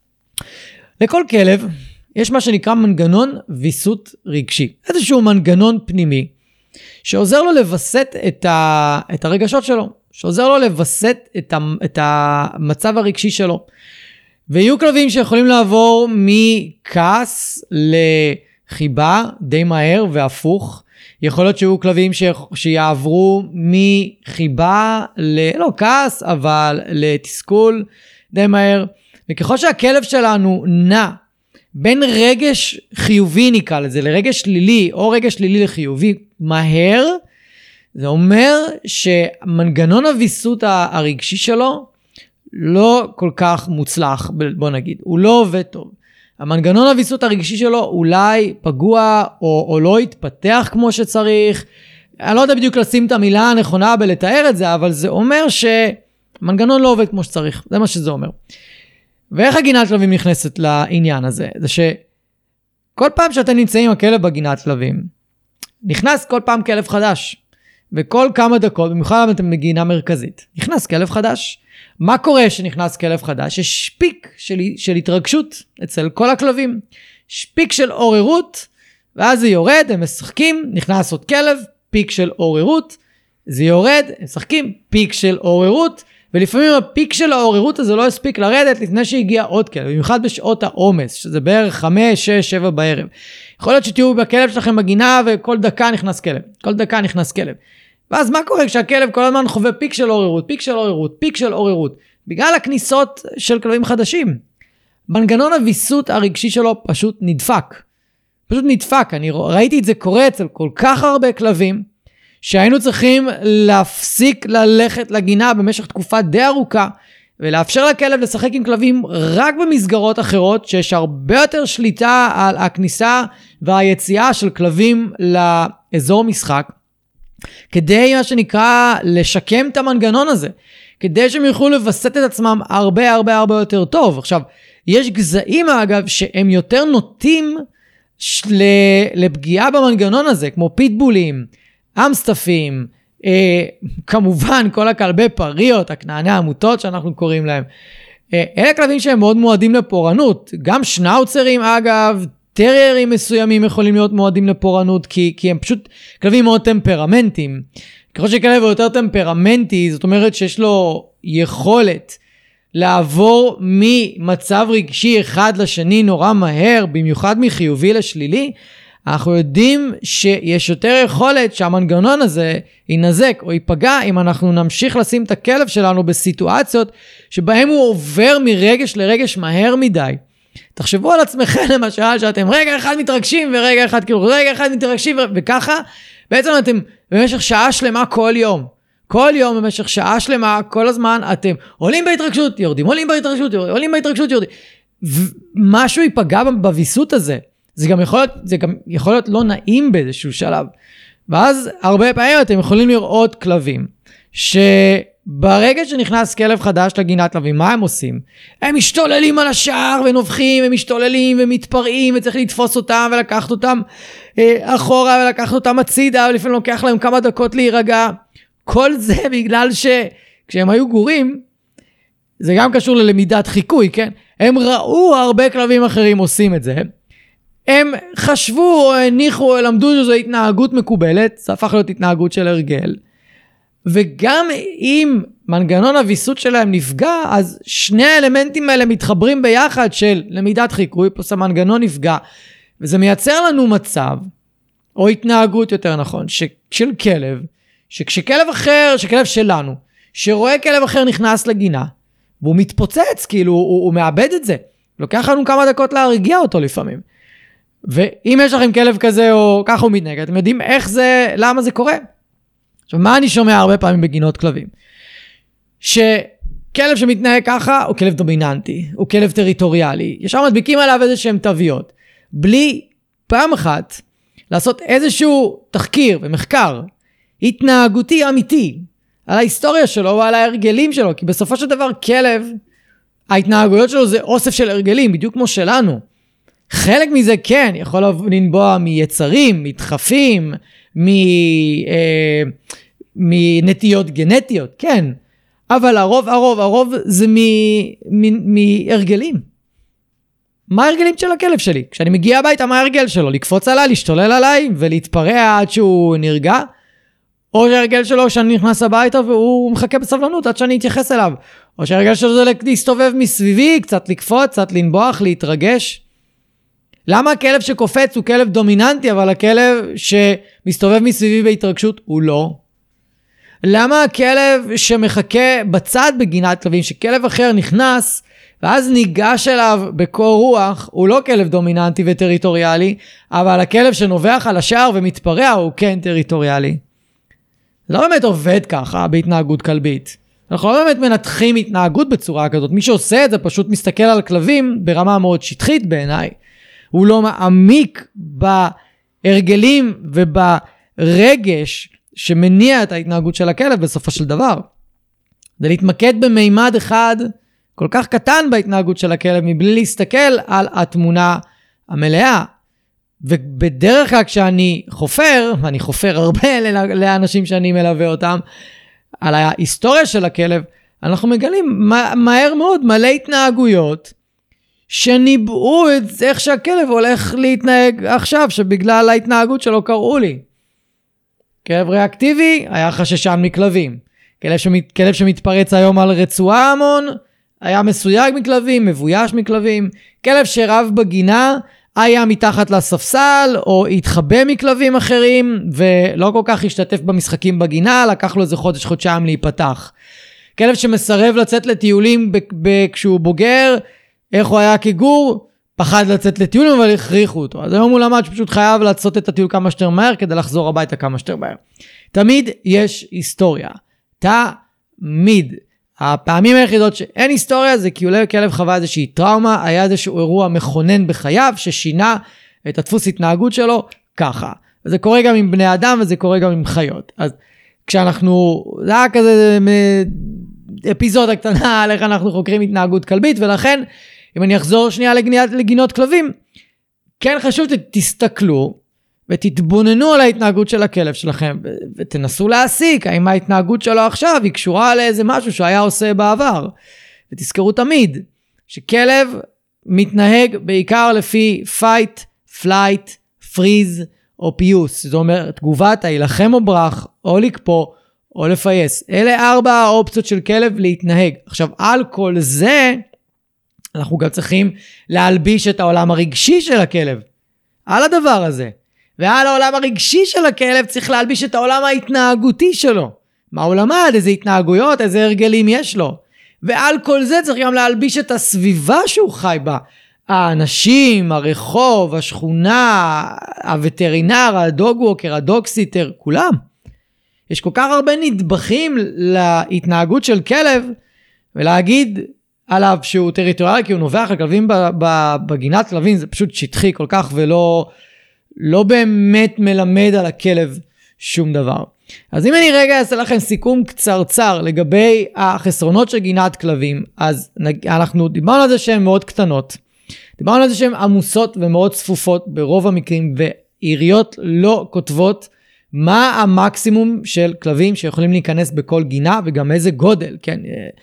לכל כלב יש מה שנקרא מנגנון ויסות רגשי, איזשהו מנגנון פנימי, שעוזר לו לבסט את הרגשות שלו, שעוזר לו לבסט את המצב הרגשי שלו. ויהיו כלבים שיכולים לעבור מכעס לחיבה די מהר והפוך. יכול להיות שיהיו כלבים שיעברו מחיבה לא כעס, אבל לתסכול די מהר. וככל שהכלב שלנו נע בין רגש חיובי נקרא לזה, לרגש שלילי, או רגש שלילי לחיובי מהר, זה אומר שמנגנון הוויסות הרגשי שלו לא כל כך מוצלח, בוא נגיד, הוא לא עובד טוב. המנגנון הוויסות הרגשי שלו אולי פגוע או לא התפתח כמו שצריך. אני לא יודע בדיוק לשים את המילה הנכונה בלתאר את זה, אבל זה אומר שמנגנון לא עובד כמו שצריך. זה מה שזה אומר. ואיך הגינת כלבים נכנסת לעניין הזה? זה כל פעם שאתם נמצאים עם הכלב בגינת כלבים, נכנס כל פעם כלב חדש. וכל כמה דקות, במיוחד אתם בגינה מרכזית, נכנס כלב חדש. מה קורה שנכנס כלב חדש? יש פיק של התרגשות אצל כל הכלבים. יש פיק של עוררות, ואז זה יורד, הם משחקים, נכנס עוד כלב, פיק של עוררות, זה יורד, הם משחקים, פיק של עוררות, ולפעמים הפיק של העוררות הזה לא הספיק לרדת לפני שהגיע עוד כלב, במיוחד בשעות העומס, שזה בערך 5, 6, 7 בערב. יכול להיות שתהיו בכלב שלכם בגינה וכל דקה נכנס כלב, כל דקה נכנס כלב. ואז מה קורה כשהכלב כל הזמן חווה פיק של עוררות, פיק של עוררות, פיק של עוררות, בגלל הכניסות של כלבים חדשים. מנגנון הוויסות הרגשי שלו פשוט נדפק. פשוט נדפק. אני ראיתי את זה קורה אצל כל כך הרבה כלבים, שהיינו צריכים להפסיק ללכת לגינה במשך תקופה די ארוכה, ולאפשר לכלב לשחק עם כלבים רק במסגרות אחרות, שיש הרבה יותר שליטה על הכניסה והיציאה של כלבים לאזור משחק, כדי מה שנקרא לשקם את המנגנון הזה, כדי שהם יוכלו לבסט את עצמם הרבה הרבה הרבה יותר טוב. עכשיו, יש גזעים אגב שהם יותר נוטים לפגיעה במנגנון הזה, כמו פיטבולים, אמסטפים, כמובן כל הכלבי פריות, הכנעני העמותות שאנחנו קוראים להם. אלה כלבים שהם מאוד מועדים לפורענות, גם שנאוצרים אגב, טריירים מסוימים יכולים להיות מועדים לפורענות, כי הם פשוט כלבים מאוד טמפרמנטיים. ככל שכלב הוא יותר טמפרמנטי, זאת אומרת שיש לו יכולת לעבור ממצב רגשי אחד לשני נורא מהר, במיוחד מחיובי לשלילי, אנחנו יודעים שיש יותר יכולת שהמנגנון הזה ינזק או ייפגע אם אנחנו נמשיך לשים את הכלב שלנו בסיטואציות שבהם הוא עובר מרגש לרגש מהר מדי. תחשבו על עצמכם למשל שאתם רגע אחד מתרגשים ורגע אחד כאילו רגע אחד מתרגשים וככה בעצם אתם במשך שעה שלמה כל יום במשך שעה שלמה כל הזמן אתם עולים בהתרגשות יורדים, עולים בהתרגשות יורדים, עולים בהתרגשות יורדים, ומשהו ייפגע בוויסות הזה. זה גם יכול להיות לא נעים באיזשהו שלב. ואז הרבה פעמים אתם יכולים לראות כלבים שברגע שנכנס כלב חדש לגינת כלבים, מה הם עושים? הם משתוללים על השער ונובחים, הם משתוללים ומתפרעים, וצריך לתפוס אותם ולקחת אותם אחורה ולקחת אותם הצידה, ולפעמים לוקח להם כמה דקות להירגע. כל זה בגלל שכשהם היו גורים, זה גם קשור ללמידת חיקוי, כן? הם ראו הרבה כלבים אחרים עושים את זה. הם חשבו או הניחו או למדו שזו התנהגות מקובלת, זה הפך להיות התנהגות של הרגל. וגם אם מנגנון הוויסות שלהם נפגע, אז שני האלמנטים האלה מתחברים ביחד של למידת חיקוי, פלוס המנגנון נפגע. וזה מייצר לנו מצב, או התנהגות יותר נכון, של כלב, שכשכלב אחר, שכלב שלנו, שרואה כלב אחר נכנס לגינה, והוא מתפוצץ, כאילו הוא מאבד את זה. לוקח לנו כמה דקות להרגיע אותו לפעמים. ואם יש לכם כלב כזה או ככה הוא מתנהג, אתם יודעים איך זה, למה זה קורה? עכשיו, מה אני שומע הרבה פעמים בגינות כלבים? שכלב שמתנהג ככה הוא כלב דומיננטי, הוא כלב טריטוריאלי, ישר מדביקים עליו איזה שהם תוויות, בלי פעם אחת לעשות איזשהו תחקיר ומחקר התנהגותי אמיתי על ההיסטוריה שלו ועל ההרגלים שלו, כי בסופו של דבר כלב, ההתנהגויות שלו זה אוסף של הרגלים, בדיוק כמו שלנו. חלק מזה כן, יכול לנבוע מיצרים, מדחפים, מנטיות גנטיות, כן. אבל הרוב זה מהרגלים. מה ההרגלים של הכלב שלי? כשאני מגיע הביתה, מה ההרגל שלו? לקפוץ עליי, להשתולל עליי ולהתפרע עד שהוא נרגע? או שההרגל שלו שאני נכנס הביתה והוא מחכה בסבלנות עד שאני אתייחס אליו? או שההרגל שלו זה להסתובב מסביבי, קצת לקפוץ, קצת לנבוח, להתרגש? למה הכלב שקופץ הוא כלב דומיננטי, אבל הכלב שמסתובב מסביבי בהתרגשות הוא לא? למה הכלב שמחכה בצד בגינת כלבים, שכלב אחר נכנס, ואז ניגש אליו בקור רוח, הוא לא כלב דומיננטי וטריטוריאלי, אבל הכלב שנובח על השער ומתפרע הוא כן טריטוריאלי? זה לא באמת עובד ככה בהתנהגות כלבית. אנחנו לא באמת מנתחים התנהגות בצורה כזאת. מי שעושה את זה פשוט מסתכל על כלבים ברמה מאוד שטחית בעיניי. הוא לא מעמיק בהרגלים וברגש שמניע את ההתנהגות של הכלב בסופו של דבר. זה להתמקד במימד אחד כל כך קטן בהתנהגות של הכלב, מבלי להסתכל על התמונה המלאה. ובדרך כלל כשאני חופר, ואני חופר הרבה לאנשים שאני מלווה אותם, על ההיסטוריה של הכלב, אנחנו מגלים מהר מאוד מלא התנהגויות, שניבאו את איך שהכלב הולך להתנהג עכשיו, שבגלל ההתנהגות שלו קראו לי. כלב ריאקטיבי היה חששן מכלבים. כלב שמתפרץ היום על רצועה המון, היה מסויג מכלבים, מבויש מכלבים. כלב שרב בגינה, היה מתחת לספסל, או התחבא מכלבים אחרים, ולא כל כך השתתף במשחקים בגינה, לקח לו איזה חודש-חודשיים להיפתח. כלב שמסרב לצאת לטיולים כשהוא בוגר, איך הוא היה כגור? פחד לצאת לטיולים, אבל הכריחו אותו. אז היום הוא למד שפשוט חייב לעשות את הטיול כמה שיותר מהר, כדי לחזור הביתה כמה שיותר מהר. תמיד יש היסטוריה. תמיד. הפעמים היחידות שאין היסטוריה, זה כי אולי כלב חווה איזושהי טראומה, היה איזשהו אירוע מכונן בחייו, ששינה את הדפוס התנהגות שלו ככה. וזה קורה גם עם בני אדם, וזה קורה גם עם חיות. אז כשאנחנו, זה היה כזה אפיזודה קטנה על איך אנחנו חוקרים התנהגות כלבית, ולכן, אם אני אחזור שנייה לגינות כלבים, כן חשוב שתסתכלו, ותתבוננו על ההתנהגות של הכלב שלכם, ותנסו להסיק, האם ההתנהגות שלו עכשיו היא קשורה לאיזה משהו שהיה עושה בעבר. ותזכרו תמיד, שכלב מתנהג בעיקר לפי fight, flight, freeze, או פיוס. זאת אומרת, תגובת הילחם או ברח, או לקפוא, או לפייס. אלה 4 האופציות של כלב להתנהג. עכשיו, על כל זה, אנחנו גם צריכים להלביש את העולם הרגשי של הכלב. על הדבר הזה. ועל העולם הרגשי של הכלב צריך להלביש את העולם ההתנהגותי שלו. מה הוא למד, איזה התנהגויות, איזה הרגלים יש לו. ועל כל זה צריך גם להלביש את הסביבה שהוא חי בה. האנשים, הרחוב, השכונה, הווטרינר, הדוג-ווקר, הדוג-סיטר, כולם. יש כל כך הרבה נדבכים להתנהגות של כלב, ולהגיד עליו שהוא טריטוריאלי, כי הוא נובח על כלבים בגינת כלבים, זה פשוט שטחי כל כך, ולא באמת מלמד על הכלב שום דבר. אז אם אני רגע אעשה לכם סיכום קצרצר לגבי החסרונות של גינת כלבים, אז אנחנו דיברנו על זה שהן מאוד קטנות, דיברנו על זה שהן עמוסות ומאוד צפופות ברוב המקרים, ועיריות לא כותבות מה המקסימום של כלבים שיכולים להיכנס בכל גינה, וגם איזה גודל, כן,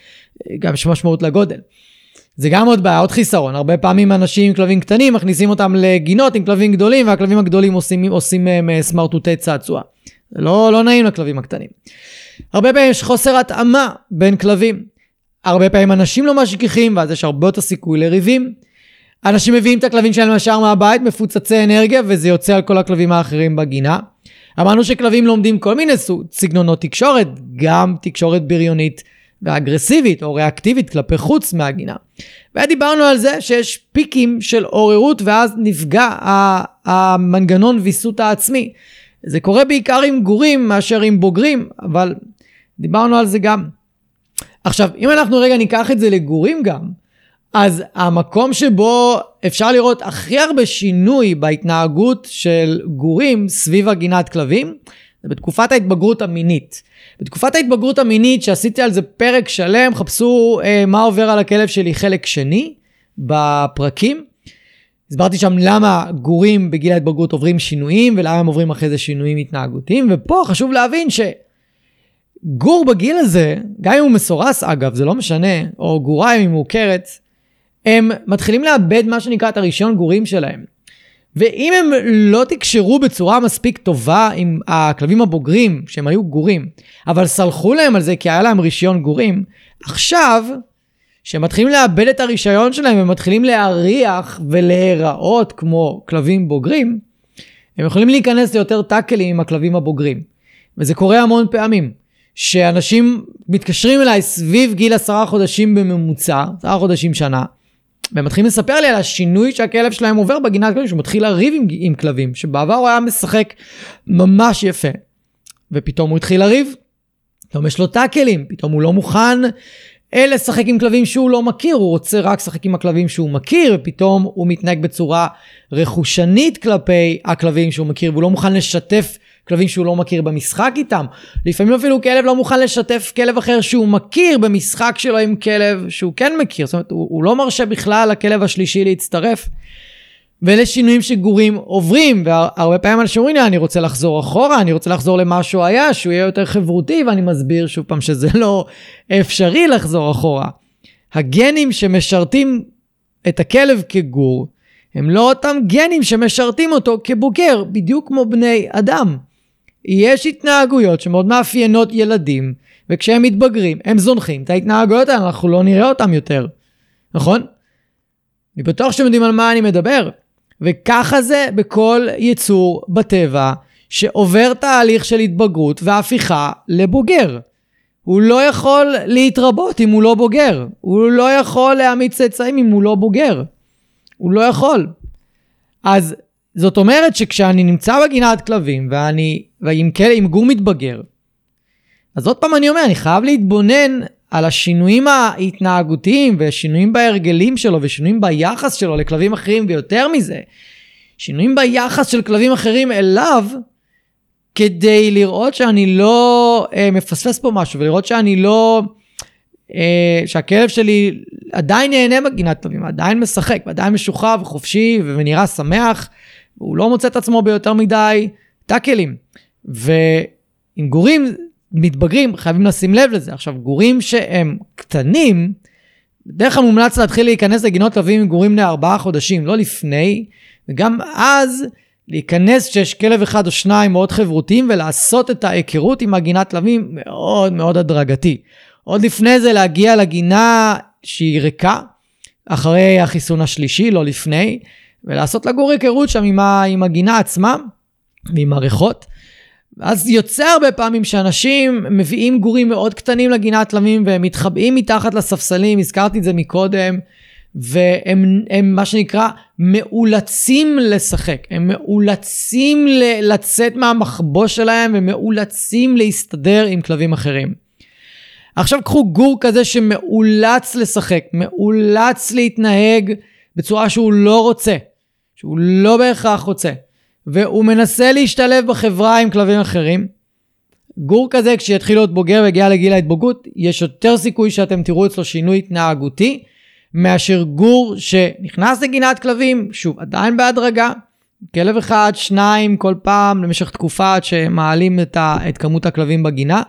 גם יש משמעות לגודל. זה גם עוד בעיה, עוד חיסרון. הרבה פעמים אנשים עם כלבים קטנים מכניסים אותם לגינות עם כלבים גדולים, והכלבים הגדולים עושים סמרטוטי צעצוע. זה לא נעים לכלבים הקטנים. הרבה פעמים יש חוסר התאמה בין כלבים. הרבה פעמים אנשים לא משגיחים, ואז יש הרבה יותר סיכוי לריבים. אנשים מביאים את הכלבים שלהם ישר מהבית, מפוצצי אנרגיה, וזה יוצא על כל הכלבים האחרים בגינה. אמרנו שכלבים לומדים כל מיני סגנונות תקשורת, גם תקשורת בריונית ואגרסיבית או ריאקטיבית כלפי חוץ מהגינה. ודיברנו על זה שיש פיקים של עוררות, ואז נפגע המנגנון ויסות העצמי. זה קורה בעיקר עם גורים מאשר עם בוגרים, אבל דיברנו על זה גם. עכשיו, אם אנחנו רגע ניקח את זה לגורים גם, אז המקום שבו אפשר לראות הכי הרבה שינוי בהתנהגות של גורים סביב הגינת כלבים, זה בתקופת ההתבגרות המינית. בתקופת ההתבגרות המינית, שעשיתי על זה פרק שלם, חפשו מה עובר על הכלב שלי חלק שני בפרקים. הסברתי שם למה גורים בגיל ההתבגרות עוברים שינויים, ולמה הם עוברים אחרי זה שינויים התנהגותיים, ופה חשוב להבין שגור בגיל הזה, גם אם הוא מסורס אגב, זה לא משנה, או גורה אם היא מוכרת, הם מתחילים לאבד מה שנקרא את הרישיון גורים שלהם. ואם הם לא תקשרו בצורה מספיק טובה עם הכלבים הבוגרים, שהם היו גורים, אבל סלחו להם על זה כי היה להם רישיון גורים, עכשיו, שהם מתחילים לאבד את הרישיון שלהם, הם מתחילים להריח ולהיראות כמו כלבים בוגרים, הם יכולים להיכנס ליותר טאקלים עם הכלבים הבוגרים. וזה קורה המון פעמים, שאנשים מתקשרים אליי סביב גיל 10 חודשים בממוצע, 10 חודשים שנה, והם מתחילים לספר לי על השינוי שהכלב שלהם עובר בגינת כלבים, שהוא מתחיל לריב עם כלבים, שבעבר הוא היה משחק ממש יפה, ופתאום הוא התחיל לריב, פתאום יש לו טאקלים, פתאום הוא לא מוכן לשחק עם כלבים שהוא לא מכיר, הוא רוצה רק לשחק עם הכלבים שהוא מכיר, ופתאום הוא מתנהג בצורה רכושנית כלפי הכלבים שהוא מכיר, והוא לא מוכן לשתף כלבים שהוא לא מכיר במשחק איתם. לפעמים אפילו כלב לא מוכן לשתף כלב אחר שהוא מכיר במשחק שלו עם כלב שהוא כן מכיר. זאת אומרת, הוא לא מרשה בכלל לכלב השלישי להצטרף. ואלה שינויים שגורים עוברים, והרבה פעמים אנשים אומרים לי, אני רוצה לחזור אחורה, אני רוצה לחזור למה שהוא היה, שהוא יהיה יותר חברותי, ואני מסביר שוב פעם שזה לא אפשרי לחזור אחורה. הגנים שמשרתים את הכלב כגור, הם לא אותם גנים שמשרתים אותו כבוגר, בדיוק כמו בני אדם. יש התנהגויות שמאוד מאפיינות ילדים, וכשהם מתבגרים, הם זונחים את ההתנהגויות האלה, אנחנו לא נראה אותם יותר. נכון? אני בטוח שאתם יודעים על מה אני מדבר. וככה זה בכל יצור בטבע, שעובר תהליך של התבגרות והפיכה לבוגר. הוא לא יכול להתרבות אם הוא לא בוגר. הוא לא יכול להעמיד צאצאים אם הוא לא בוגר. הוא לא יכול. אז זאת אומרת שכשאני נמצא בגינת כלבים, ועם גור מתבגר, אז עוד פעם אני אומר, אני חייב להתבונן על השינויים ההתנהגותיים, ושינויים בהרגלים שלו, ושינויים ביחס שלו לכלבים אחרים, ויותר מזה, שינויים ביחס של כלבים אחרים אליו, כדי לראות שאני לא מפספס פה משהו, ולראות שאני לא, שהכלב שלי עדיין נהנה בגינת כלבים, עדיין משחק, עדיין משוחרר וחופשי, ונראה שמח, והוא לא מוצא את עצמו ביותר מדי טאקלים. ועם גורים מתבגרים, חייבים לשים לב לזה. עכשיו, גורים שהם קטנים, בדרך כלל מומלץ להתחיל להיכנס לגינות כלבים עם גורים בני 4 חודשים, לא לפני, וגם אז להיכנס שיש כלב אחד או שניים מאוד חברותיים, ולעשות את ההיכרות עם הגינת כלבים מאוד מאוד הדרגתי. עוד לפני זה להגיע לגינה שהיא ריקה, אחרי החיסון השלישי, לא לפני, ולעשות לגור היכרות שם עם הגינה עצמה, ועם הריחות. אז יוצא הרבה פעמים שאנשים מביאים גורים מאוד קטנים לגינת כלבים, והם מתחבאים מתחת לספסלים, הזכרתי את זה מקודם, והם מה שנקרא מאולצים לשחק, הם מאולצים לצאת מהמחבוש שלהם, ומאולצים להסתדר עם כלבים אחרים. עכשיו קחו גור כזה שמאולץ לשחק, מאולץ להתנהג בצורה שהוא לא רוצה, שהוא לא בהכרח רוצה, והוא מנסה להשתלב בחברה עם כלבים אחרים. גור כזה כשיתחיל להיות בוגר והגיע לגיל ההתבגרות, יש יותר סיכוי שאתם תראו אצלו שינוי התנהגותי, מאשר גור שנכנס לגינת כלבים, שוב עדיין בהדרגה, כלב אחד, 2 כל פעם למשך תקופה עד שמעלים את כמות הכלבים בגינה.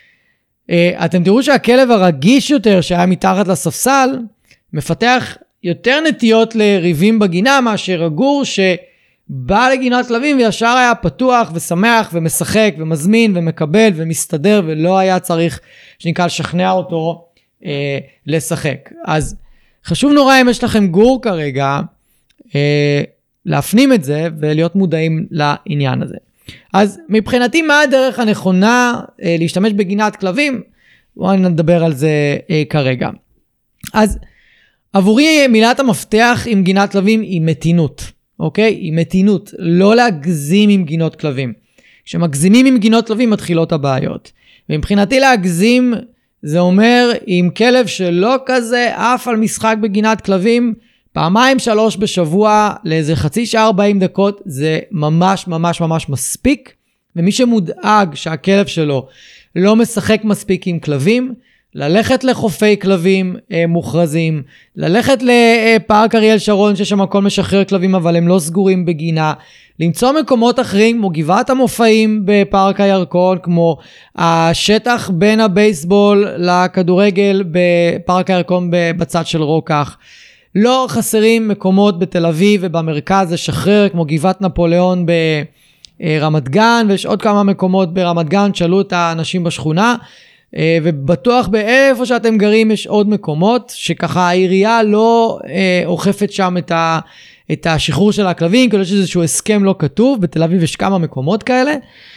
אתם תראו שהכלב הרגיש יותר שהיה מתחת לספסל, מפתח יותר נטיות לריבים בגינה, מאשר הגור שבא לגינת כלבים וישר היה פתוח ושמח ומשחק ומזמין ומקבל ומסתדר, ולא היה צריך שנקרא לשכנע אותו לשחק. אז חשוב נורא אם יש לכם גור כרגע, להפנים את זה ולהיות מודעים לעניין הזה. אז מבחינתי מה הדרך הנכונה להשתמש בגינת כלבים? בואו נדבר על זה כרגע. אז עבורי מילת המפתח עם גינת כלבים היא מתינות, אוקיי? היא מתינות, לא להגזים עם גינות כלבים. כשמגזימים עם גינות כלבים מתחילות הבעיות. ומבחינתי להגזים זה אומר עם כלב שלא כזה אף על משחק בגינת כלבים, 2-3 בשבוע לאיזה חצי שעה 40 דקות, זה ממש ממש ממש מספיק. ומי שמודאג שהכלב שלו לא משחק מספיק עם כלבים, ללכת לחופי כלבים מוכרזים, ללכת לפארק אריאל שרון שיש שם הכל משחרר כלבים אבל הם לא סגורים בגינה, למצוא מקומות אחרים כמו גבעת המופעים בפארק הירקון, כמו השטח בין הבייסבול לכדורגל בפארק הירקון בצד של רוקח. לא חסרים מקומות בתל אביב ובמרכז לשחרר, כמו גבעת נפוליאון ברמת גן, ויש עוד כמה מקומות ברמת גן, שאלו את האנשים בשכונה, ובטוח באיפה שאתם גרים יש עוד מקומות, שככה העירייה לא אוכפת שם את השחרור של הכלבים, כאילו יש איזשהו הסכם לא כתוב, בתל אביב יש כמה מקומות כאלה,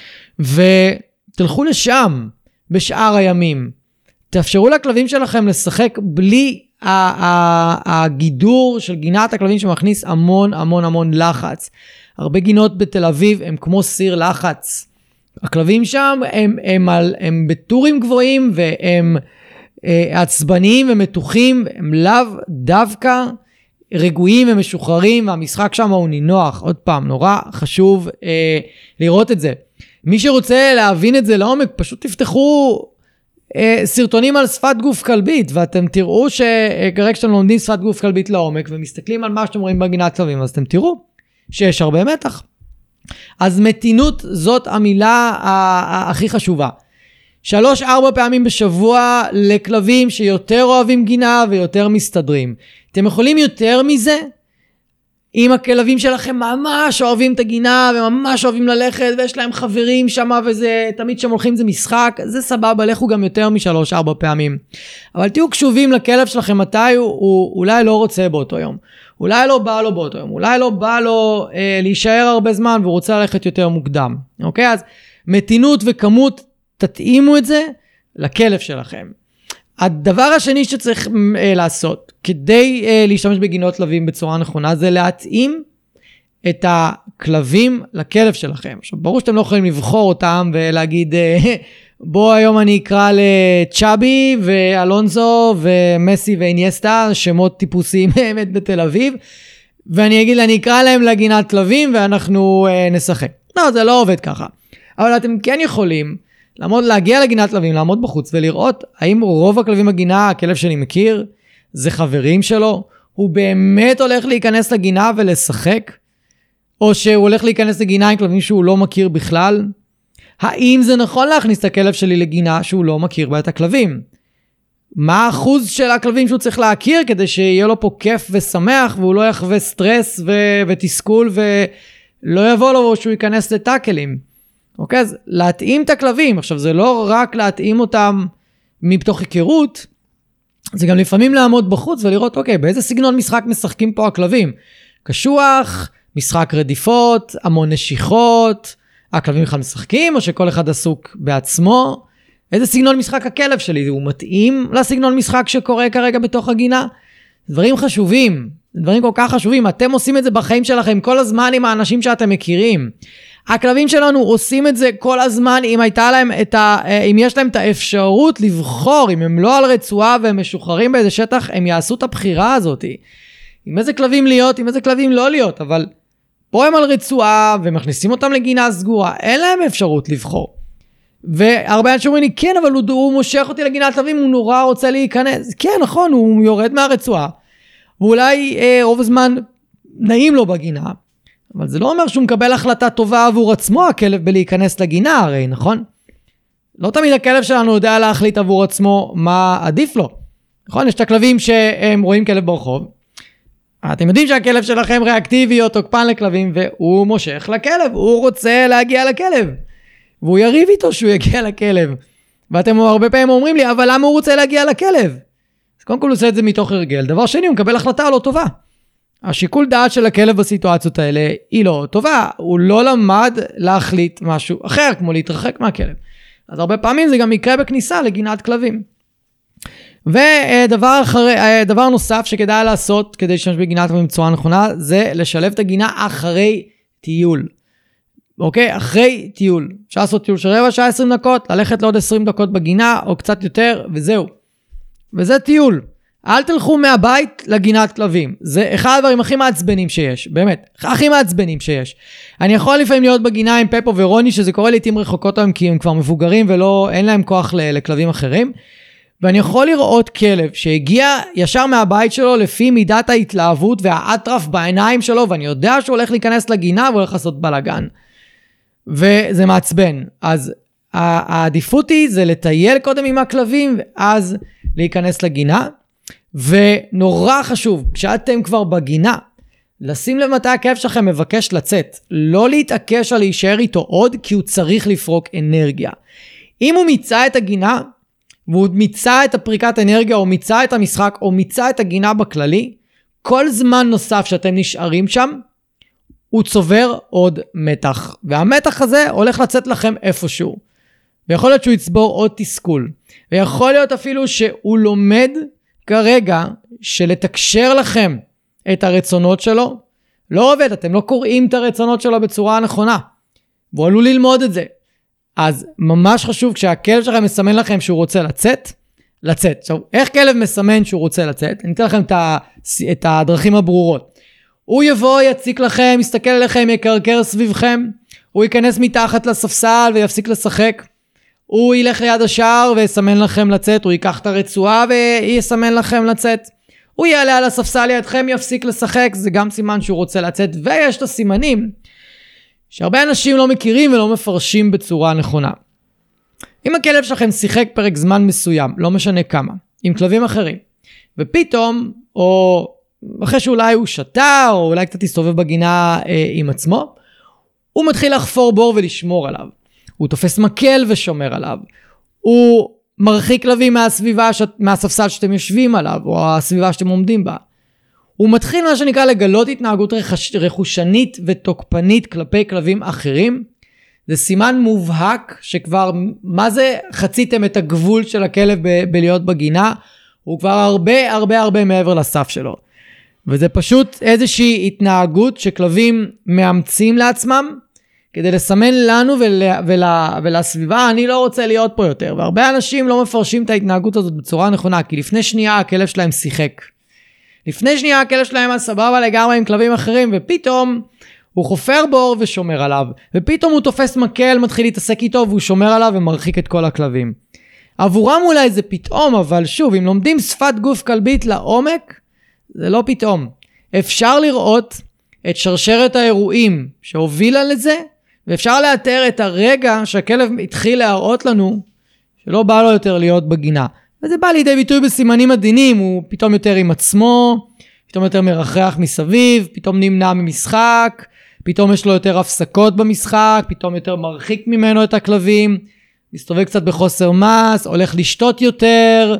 ותלכו לשם בשאר הימים. תאפשרו לכלבים שלכם לשחק בלי הגידור של גינת הכלבים שמכניס המון המון המון לחץ. הרבה גינות בתל אביב הם כמו סיר לחץ. הכלבים שם הם בטורים גבוהים והם עצבניים ומתוחים, הם לאו דווקא רגועים ומשוחררים, והמשחק שם הוא נינוח. עוד פעם, נורא חשוב לראות את זה. מי שרוצה להבין את זה לעומק, פשוט תפתחו סרטונים על שפת גוף כלבית, ואתם תראו שכרגע שאתם לומדים שפת גוף כלבית לעומק, ומסתכלים על מה שאתם רואים בגינת כלבים, אז אתם תראו שיש הרבה מתח. אז מתינות זאת המילה הכי חשובה. 3-4 פעמים בשבוע לכלבים שיותר אוהבים גינה ויותר מסתדרים. אתם יכולים יותר מזה? אם הכלבים שלכם ממש אוהבים את הגינה וממש אוהבים ללכת ויש להם חברים שם וזה תמיד שם הולכים זה משחק, זה סבבה, לכו גם יותר מ3-4 פעמים. אבל תהיו קשובים לכלב שלכם מתי הוא אולי לא רוצה באותו יום. אולי לא בא לו באותו יום, אולי לא בא לו להישאר הרבה זמן והוא רוצה ללכת יותר מוקדם. אוקיי? אז מתינות וכמות, תתאימו את זה לכלב שלכם. הדבר השני שצריך לעשות כדי להשתמש בגינות כלבים בצורה נכונה זה להתאים את הכלבים לכלב שלכם. עכשיו ברור שאתם לא יכולים לבחור אותם ולהגיד בוא היום אני אקרא לצ'אבי ואלונזו ומסי ואינייסטה, שמות טיפוסיים באמת בתל אביב, ואני אגיד אני אקרא להם לגינת כלבים ואנחנו נשחק. לא, זה לא עובד ככה. אבל אתם כן יכולים להגיע לגינת כלבים, לעמוד בחוץ ולראות האם רוב הכלבים בגינה הכלב שלי מכיר, זה חברים שלו, הוא באמת הולך להיכנס לגינה ולשחק, או שהוא הולך להיכנס לגינה עם כלבים שהוא לא מכיר בכלל. האם זה נכון להכניס את הכלב שלי לגינה שהוא לא מכיר בה את הכלבים? מה האחוז של הכלבים שהוא צריך להכיר כדי שיהיה לו פה כיף ושמח והוא לא יחווה סטרס ותסכול ולא יבוא לו שהוא ייכנס לטאקלים? אוקיי, אז להתאים את הכלבים. עכשיו זה לא רק להתאים אותם מתוך היכרות, זה גם לפעמים לעמוד בחוץ ולראות אוקיי, באיזה סגנון משחק משחקים פה הכלבים? קשוח, משחק רדיפות, המון נשיכות, הכלבים בכלל משחקים או שכל אחד עסוק בעצמו? איזה סגנון משחק הכלב שלי? הוא מתאים לסגנון משחק שקורה כרגע בתוך הגינה? דברים חשובים, דברים כל כך חשובים. אתם עושים את זה בחיים שלכם כל הזמן עם האנשים שאתם מכירים. הכלבים שלנו עושים את זה כל הזמן אם יש להם את האפשרות לבחור, אם הם לא על רצועה והם משוחררים באיזה שטח, הם יעשו את הבחירה הזאת. עם איזה כלבים להיות, עם איזה כלבים לא להיות, אבל פה הם על רצועה ומכניסים אותם לגינה סגורה, אין להם אפשרות לבחור. והרבה אנשים אומרים לי, כן, אבל הוא מושך אותי לגינת כלבים, הוא נורא רוצה להיכנס. כן, נכון, הוא יורד מהרצועה, ואולי רוב הזמן נעים לו בגינה, אבל זה לא אומר שהוא מקבל החלטה טובה עבור עצמו, הכלב בלהיכנס לגינה, הרי, נכון? לא תמיד הכלב שלנו יודע להחליט עבור עצמו מה עדיף לו. נכון? יש את הכלבים שהם רואים כלב ברחוב, אתם יודעים שהכלב שלכם ריאקטיבי או תוקפן לכלבים, והוא מושך לכלב, הוא רוצה להגיע לכלב, והוא יריב איתו שהוא יגיע לכלב. ואתם הרבה פעמים אומרים לי, אבל למה הוא רוצה להגיע לכלב? אז קודם כל הוא עושה את זה מתוך הרגל. דבר שני, הוא מקבל החלטה לא טובה. השיקול דעת של הכלב בסיטואציות האלה היא לא טובה, הוא לא למד להחליט משהו אחר, כמו להתרחק מהכלב. אז הרבה פעמים זה גם יקרה בכניסה לגינת כלבים. ודבר נוסף שכדאי לעשות כדי להשתמש בגינת כלבים בצורה נכונה, זה לשלב את הגינה אחרי טיול. אוקיי? אחרי טיול. אפשר לעשות טיול של רבע שעה 20 דקות, ללכת לעוד 20 דקות בגינה, או קצת יותר, וזהו. וזה טיול. אל תלכו מהבית לגינת כלבים. זה אחד הדברים הכי מעצבנים שיש. באמת, הכי מעצבנים שיש. אני יכול לפעמים להיות בגינה עם פפו ורוני, שזה קורה לעתים רחוקות היום, כי הם כבר מבוגרים ואין להם כוח לכלבים אחרים. ואני יכול לראות כלב שהגיע ישר מהבית שלו לפי מידת ההתלהבות והאטרף בעיניים שלו, ואני יודע שהוא הולך להיכנס לגינה והולך לעשות בלגן. וזה מעצבן. אז העדיפות היא זה לטייל קודם עם הכלבים ואז להיכנס לגינה. ונורא חשוב, כשאתם כבר בגינה, לשים לב מתי הכלב שלכם מבקש לצאת. לא להתעקש על להישאר איתו עוד, כי הוא צריך לפרוק אנרגיה. אם הוא מיצה את הגינה, והוא מיצה את הפריקת אנרגיה, או מיצה את המשחק, או מיצה את הגינה בכללי, כל זמן נוסף שאתם נשארים שם, הוא צובר עוד מתח. והמתח הזה הולך לצאת לכם איפשהו. ויכול להיות שהוא יצבור עוד תסכול. ויכול להיות אפילו שהוא לומד כרגע שלתקשר לכם את הרצונות שלו, לא עובד, אתם לא קוראים את הרצונות שלו בצורה הנכונה. והוא עלול ללמוד את זה. אז ממש חשוב כשהכלב שלכם מסמן לכם שהוא רוצה לצאת. עכשיו, איך כלב מסמן שהוא רוצה לצאת? אני אתן לכם את הדרכים הברורות. הוא יבוא, יציק לכם, יסתכל עליכם, יקרקר סביבכם, הוא ייכנס מתחת לספסל ויפסיק לשחק, הוא ילך ליד השער ויסמן לכם לצאת, הוא ייקח את הרצועה ויסמן לכם לצאת. הוא יעלה על הספסל לידכם, יפסיק לשחק, זה גם סימן שהוא רוצה לצאת, ויש את הסימנים שהרבה אנשים לא מכירים ולא מפרשים בצורה נכונה. אם הכלב שלכם שיחק פרק זמן מסוים, לא משנה כמה, עם כלבים אחרים, ופתאום, או אחרי שאולי הוא שתה, או אולי קצת יסתובב בגינה עם עצמו, הוא מתחיל לחפור בור ולשמור עליו. הוא תופס מקל ושומר עליו. הוא מרחיק כלבים מהסביבה, מהספסל שאתם יושבים עליו, או הסביבה שאתם עומדים בה. הוא מתחיל מה שנקרא לגלות התנהגות רכושנית ותוקפנית כלפי כלבים אחרים. זה סימן מובהק שכבר, מה זה חציתם את הגבול של הכלב בלהיות בגינה, הוא כבר הרבה מעבר לסף שלו. וזה פשוט איזושהי התנהגות שכלבים מאמצים לעצמם, כדי לסמן לנו ולסביבה, אני לא רוצה להיות פה יותר. והרבה אנשים לא מפרשים את ההתנהגות הזאת בצורה נכונה, כי לפני שנייה הכלב שלהם שיחק. לפני שנייה הכלב שלהם היה סבבה לגמרי עם כלבים אחרים, ופתאום הוא חופר בור ושומר עליו. ופתאום הוא תופס מקל, מתחיל להתעסק איתו, והוא שומר עליו ומרחיק את כל הכלבים. עבורם אולי זה פתאום, אבל שוב, אם לומדים שפת גוף כלבית לעומק, זה לא פתאום. אפשר לראות את שרשרת האירועים שהובילה לזה, ואפשר לאתר את הרגע שהכלב התחיל להראות לנו שלא בא לו יותר להיות בגינה. וזה בא לידי ביטוי בסימנים עדינים, הוא פתאום יותר עם עצמו, פתאום יותר מרחח מסביב, פתאום נמנע ממשחק, פתאום יש לו יותר הפסקות במשחק, פתאום יותר מרחיק ממנו את הכלבים, מסתובב קצת בחוסר מס, הולך לשתות יותר,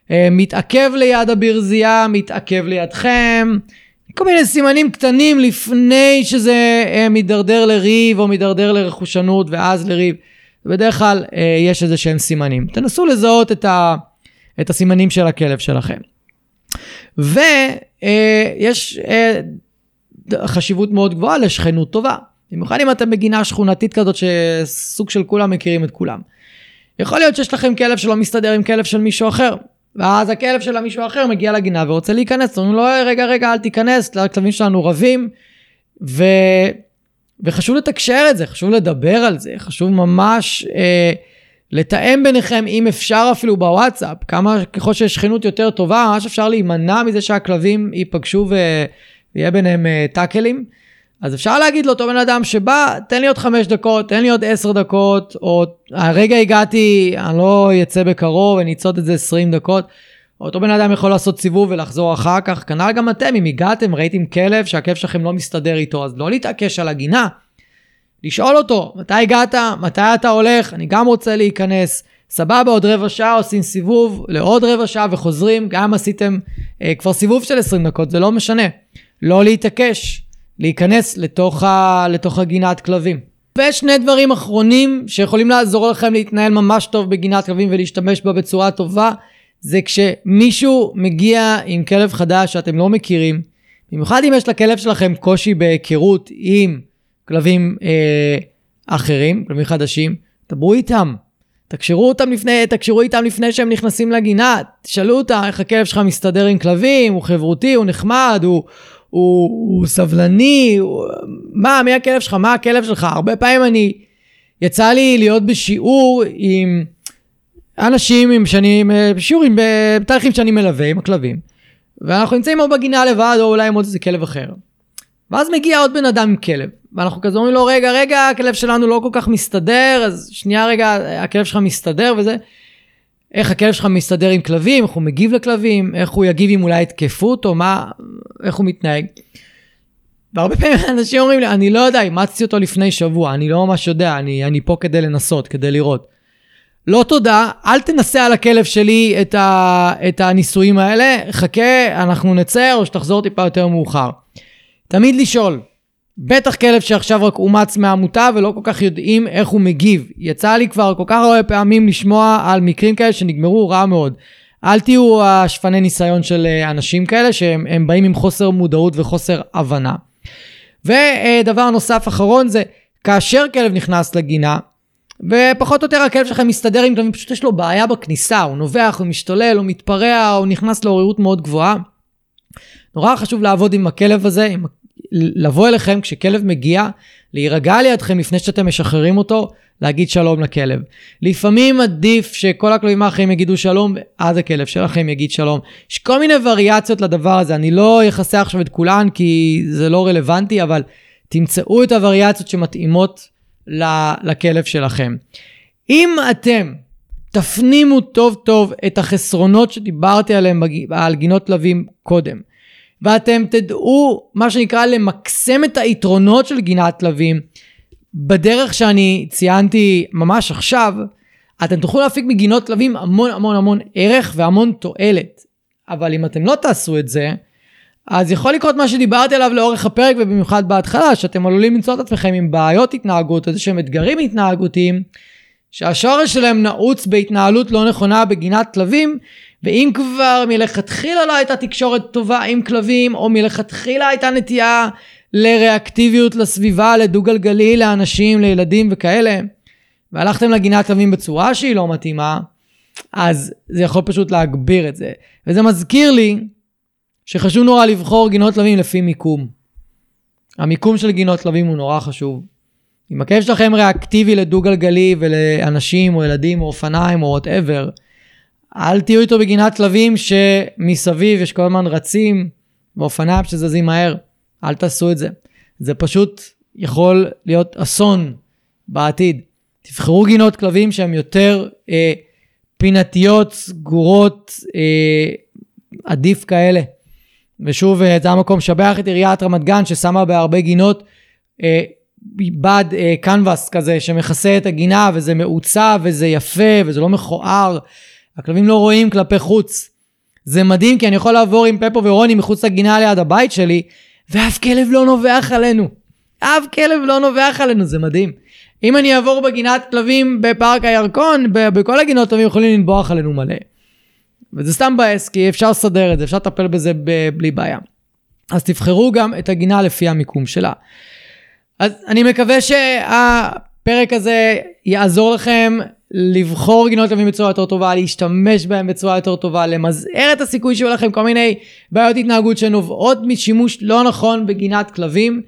מתעכב ליד הברזייה, מתעכב לידכם, כל מיני סימנים קטנים לפני שזה מדרדר לריב או מדרדר לרכושנות ואז לריב. בדרך כלל יש איזה שהם סימנים. תנסו לזהות את הסימנים של הכלב שלכם. ויש חשיבות מאוד גבוהה לשכנות טובה. במיוחד אם אתם בגינה שכונתית כזאת שסוג של כולם מכירים את כולם. יכול להיות שיש לכם כלב שלא מסתדר עם כלב של מישהו אחר. ואז הכלב של מישהו אחר מגיע לגינה ורוצה להיכנס, אומרים לו, רגע, אל תיכנס, הכלבים שלנו רבים, וחשוב לתקשר את זה, חשוב לדבר על זה, חשוב ממש לתאם ביניכם, אם אפשר אפילו בוואטסאפ, ככל שיש שכנות יותר טובה, ממש אפשר להימנע מזה שהכלבים ייפגשו ויהיה ביניהם טאקלים, אז אפשר להגיד לאותו בן אדם שבא, תן לי עוד 5 דקות, תן לי עוד 10 דקות, או הרגע הגעתי, אני לא יצא בקרוב, אני אצוד את זה 20 דקות. אותו בן אדם יכול לעשות סיבוב ולחזור אחר כך. כנ"ל גם אתם, אם הגעתם, ראיתם כלב, שהכלב שלכם לא מסתדר איתו, אז לא להתעקש על הגינה. לשאול אותו, מתי הגעת? מתי אתה הולך? אני גם רוצה להיכנס. סבבה, עוד רבע שעה עושים סיבוב, לעוד רבע שעה וחוזרים. גם עשיתם כבר סיבוב של 20 דקות, זה לא משנה. לא להתעקש. להיכנס לתוך הגינת כלבים. ושני דברים אחרונים שיכולים לעזור לכם להתנהל ממש טוב בגינת כלבים ולהשתמש בה בצורה טובה, זה כשמישהו מגיע עם כלב חדש שאתם לא מכירים, במיוחד אם יש לכלב שלכם קושי בהיכרות עם כלבים אחרים, כלבים חדשים, דברו איתם, תקשרו איתם לפני שהם נכנסים לגינה, תשאלו אותם איך הכלב שלך מסתדר עם כלבים, הוא חברותי, הוא נחמד, הוא סבלני, מי הכלב שלך, מה הכלב שלך? הרבה פעמים יצא לי להיות בשיעור עם אנשים, בשיעורים, בתהליכים שאני מלווה עם הכלבים, ואנחנו נמצאים או בגינה לבד, או אולי עם עוד איזה כלב אחר. ואז מגיע עוד בן אדם עם כלב, ואנחנו כזה אומרים לו, רגע, הכלב שלנו לא כל כך מסתדר, אז שנייה רגע, הכלב שלך מסתדר וזה, איך הכלב שלך מסתדר עם כלבים, איך הוא מגיב לכלבים, איך הוא יגיב אם אולי התקפו אותו, איך הוא מתנהג. והרבה פעמים אנשים אומרים לי, אני לא יודע, אימצתי אותו לפני שבוע, אני לא ממש יודע, אני פה כדי לנסות, כדי לראות. לא תודה, אל תנסה על הכלב שלי את הניסויים האלה, חכה, אנחנו נצא, או שתחזור טיפה יותר מאוחר. תמיד לשאול, בטח כלב שעכשיו רק אומץ מהעמותה ולא כל כך יודעים איך הוא מגיב. יצא לי כבר כל כך הרבה פעמים לשמוע על מקרים כאלה שנגמרו רע מאוד. אל תהיו השפני ניסיון של אנשים כאלה שהם באים עם חוסר מודעות וחוסר הבנה. ודבר נוסף אחרון זה, כאשר כלב נכנס לגינה, ופחות או יותר הכלב שלכם מסתדר עם כלבים, פשוט יש לו בעיה בכניסה, הוא נובח, הוא משתולל, הוא מתפרע, הוא נכנס לעוררות מאוד גבוהה. נורא חשוב לעבוד עם הכלב הזה, לבוא אליכם כשכלב מגיע, להירגע לידכם לפני שאתם משחררים אותו, להגיד שלום לכלב. לפעמים עדיף שכל הכלבים האחרים יגידו שלום, אז הכלב שלכם יגיד שלום. יש כל מיני וריאציות לדבר הזה, אני לא יחסה עכשיו את כולן כי זה לא רלוונטי, אבל תמצאו את הווריאציות שמתאימות לכלב שלכם. אם אתם תפנימו טוב טוב את החסרונות שדיברתי עליהם על גינות כלבים קודם, ואתם תדעו מה שנקרא למקסם את היתרונות של גינת כלבים, בדרך שאני ציינתי ממש עכשיו, אתם תוכלו להפיק מגינות כלבים המון המון המון ערך והמון תועלת. אבל אם אתם לא תעשו את זה, אז יכול לקרות מה שדיברתי עליו לאורך הפרק, ובמיוחד בהתחלה, שאתם עלולים למצוא את עצמכם עם בעיות התנהגות, איזה שהם אתגרים התנהגותיים, שהשורש שלהם נעוץ בהתנהלות לא נכונה בגינת כלבים, ואם כבר מלכתחילה לא הייתה תקשורת טובה עם כלבים, או מלכתחילה הייתה נטייה לריאקטיביות לסביבה, לדו גלגלי, לאנשים, לילדים וכאלה, והלכתם לגינת כלבים בצורה שהיא לא מתאימה, אז זה יכול פשוט להגביר את זה. וזה מזכיר לי שחשוב נורא לבחור גינות כלבים לפי מיקום. המיקום של גינות כלבים הוא נורא חשוב. אם הכלב שלכם ריאקטיבי לדו גלגלי ולאנשים או ילדים או אופניים או whatever, אל תהיו איתו בגינת כלבים שמסביב יש כל הזמן רצים ואופניים שזזים מהר. אל תעשו את זה. זה פשוט יכול להיות אסון בעתיד. תבחרו גינות כלבים שהן יותר פינתיות, סגורות, עדיף כאלה. ושוב, זה המקום שבח את עיריית רמת גן ששמה בהרבה גינות בד קנבס כזה שמכסה את הגינה, וזה מעוצב וזה יפה וזה לא מכוער. הכלבים לא רואים כלפי חוץ. זה מדהים כי אני יכול לעבור עם פפו ורוני מחוץ לגינה ליד הבית שלי, ואף כלב לא נובח עלינו. אף כלב לא נובח עלינו, זה מדהים. אם אני אעבור בגינת כלבים בפארק הירקון, בכל הגינות כלבים יכולים לנבוח עלינו מלא. וזה סתם בעס, כי אפשר לסדר את זה, אפשר לטפל בזה בלי בעיה. אז תבחרו גם את הגינה לפי המיקום שלה. אז אני מקווה שהפרק הזה יעזור לכם לבחור גינות כלבים בצורה יותר טובה, להשתמש בהם בצורה יותר טובה, למזער את הסיכוי שיהיו לכם כל מיני בעיות התנהגות שנובעות משימוש לא נכון בגינת כלבים,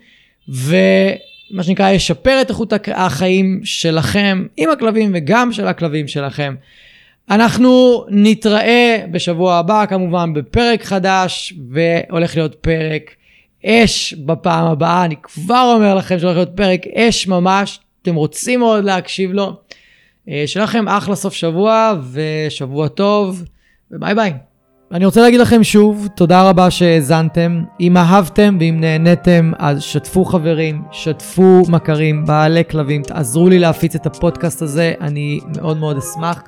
ומה שנקרא ישפר את איכות החיים שלכם עם הכלבים וגם של הכלבים שלכם. אנחנו נתראה בשבוע הבא כמובן בפרק חדש, והולך להיות פרק אש בפעם הבאה. אני כבר אומר לכם שהולך להיות פרק אש ממש, אתם רוצים מאוד להקשיב לו. שלכם אחלה סוף שבוע ושבוע טוב, וביי ביי. אני רוצה להגיד לכם שוב, תודה רבה שהזנתם. אם אהבתם ואם נהניתם, אז שתפו חברים, שתפו מכרים, בעלי כלבים, תעזרו לי להפיץ את הפודקאסט הזה, אני מאוד מאוד אשמח.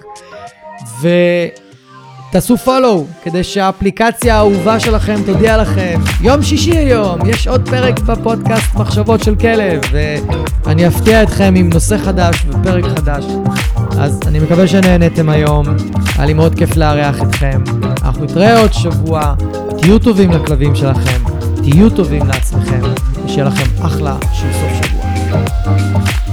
ותעשו פולו, כדי שהאפליקציה האהובה שלכם תודיע לכם. יום שישי היום, יש עוד פרק בפודקאסט מחשבות של כלב, ואני אפתיע אתכם עם נושא חדש ופרק חדש. אז אני מקווה שנהנתם היום, היה לי מאוד כיף לארח אתכם. אנחנו נתראה עוד שבוע, תהיו טובים לכלבים שלכם, תהיו טובים לעצמכם, ושיהיה לכם אחלה של סוף שבוע.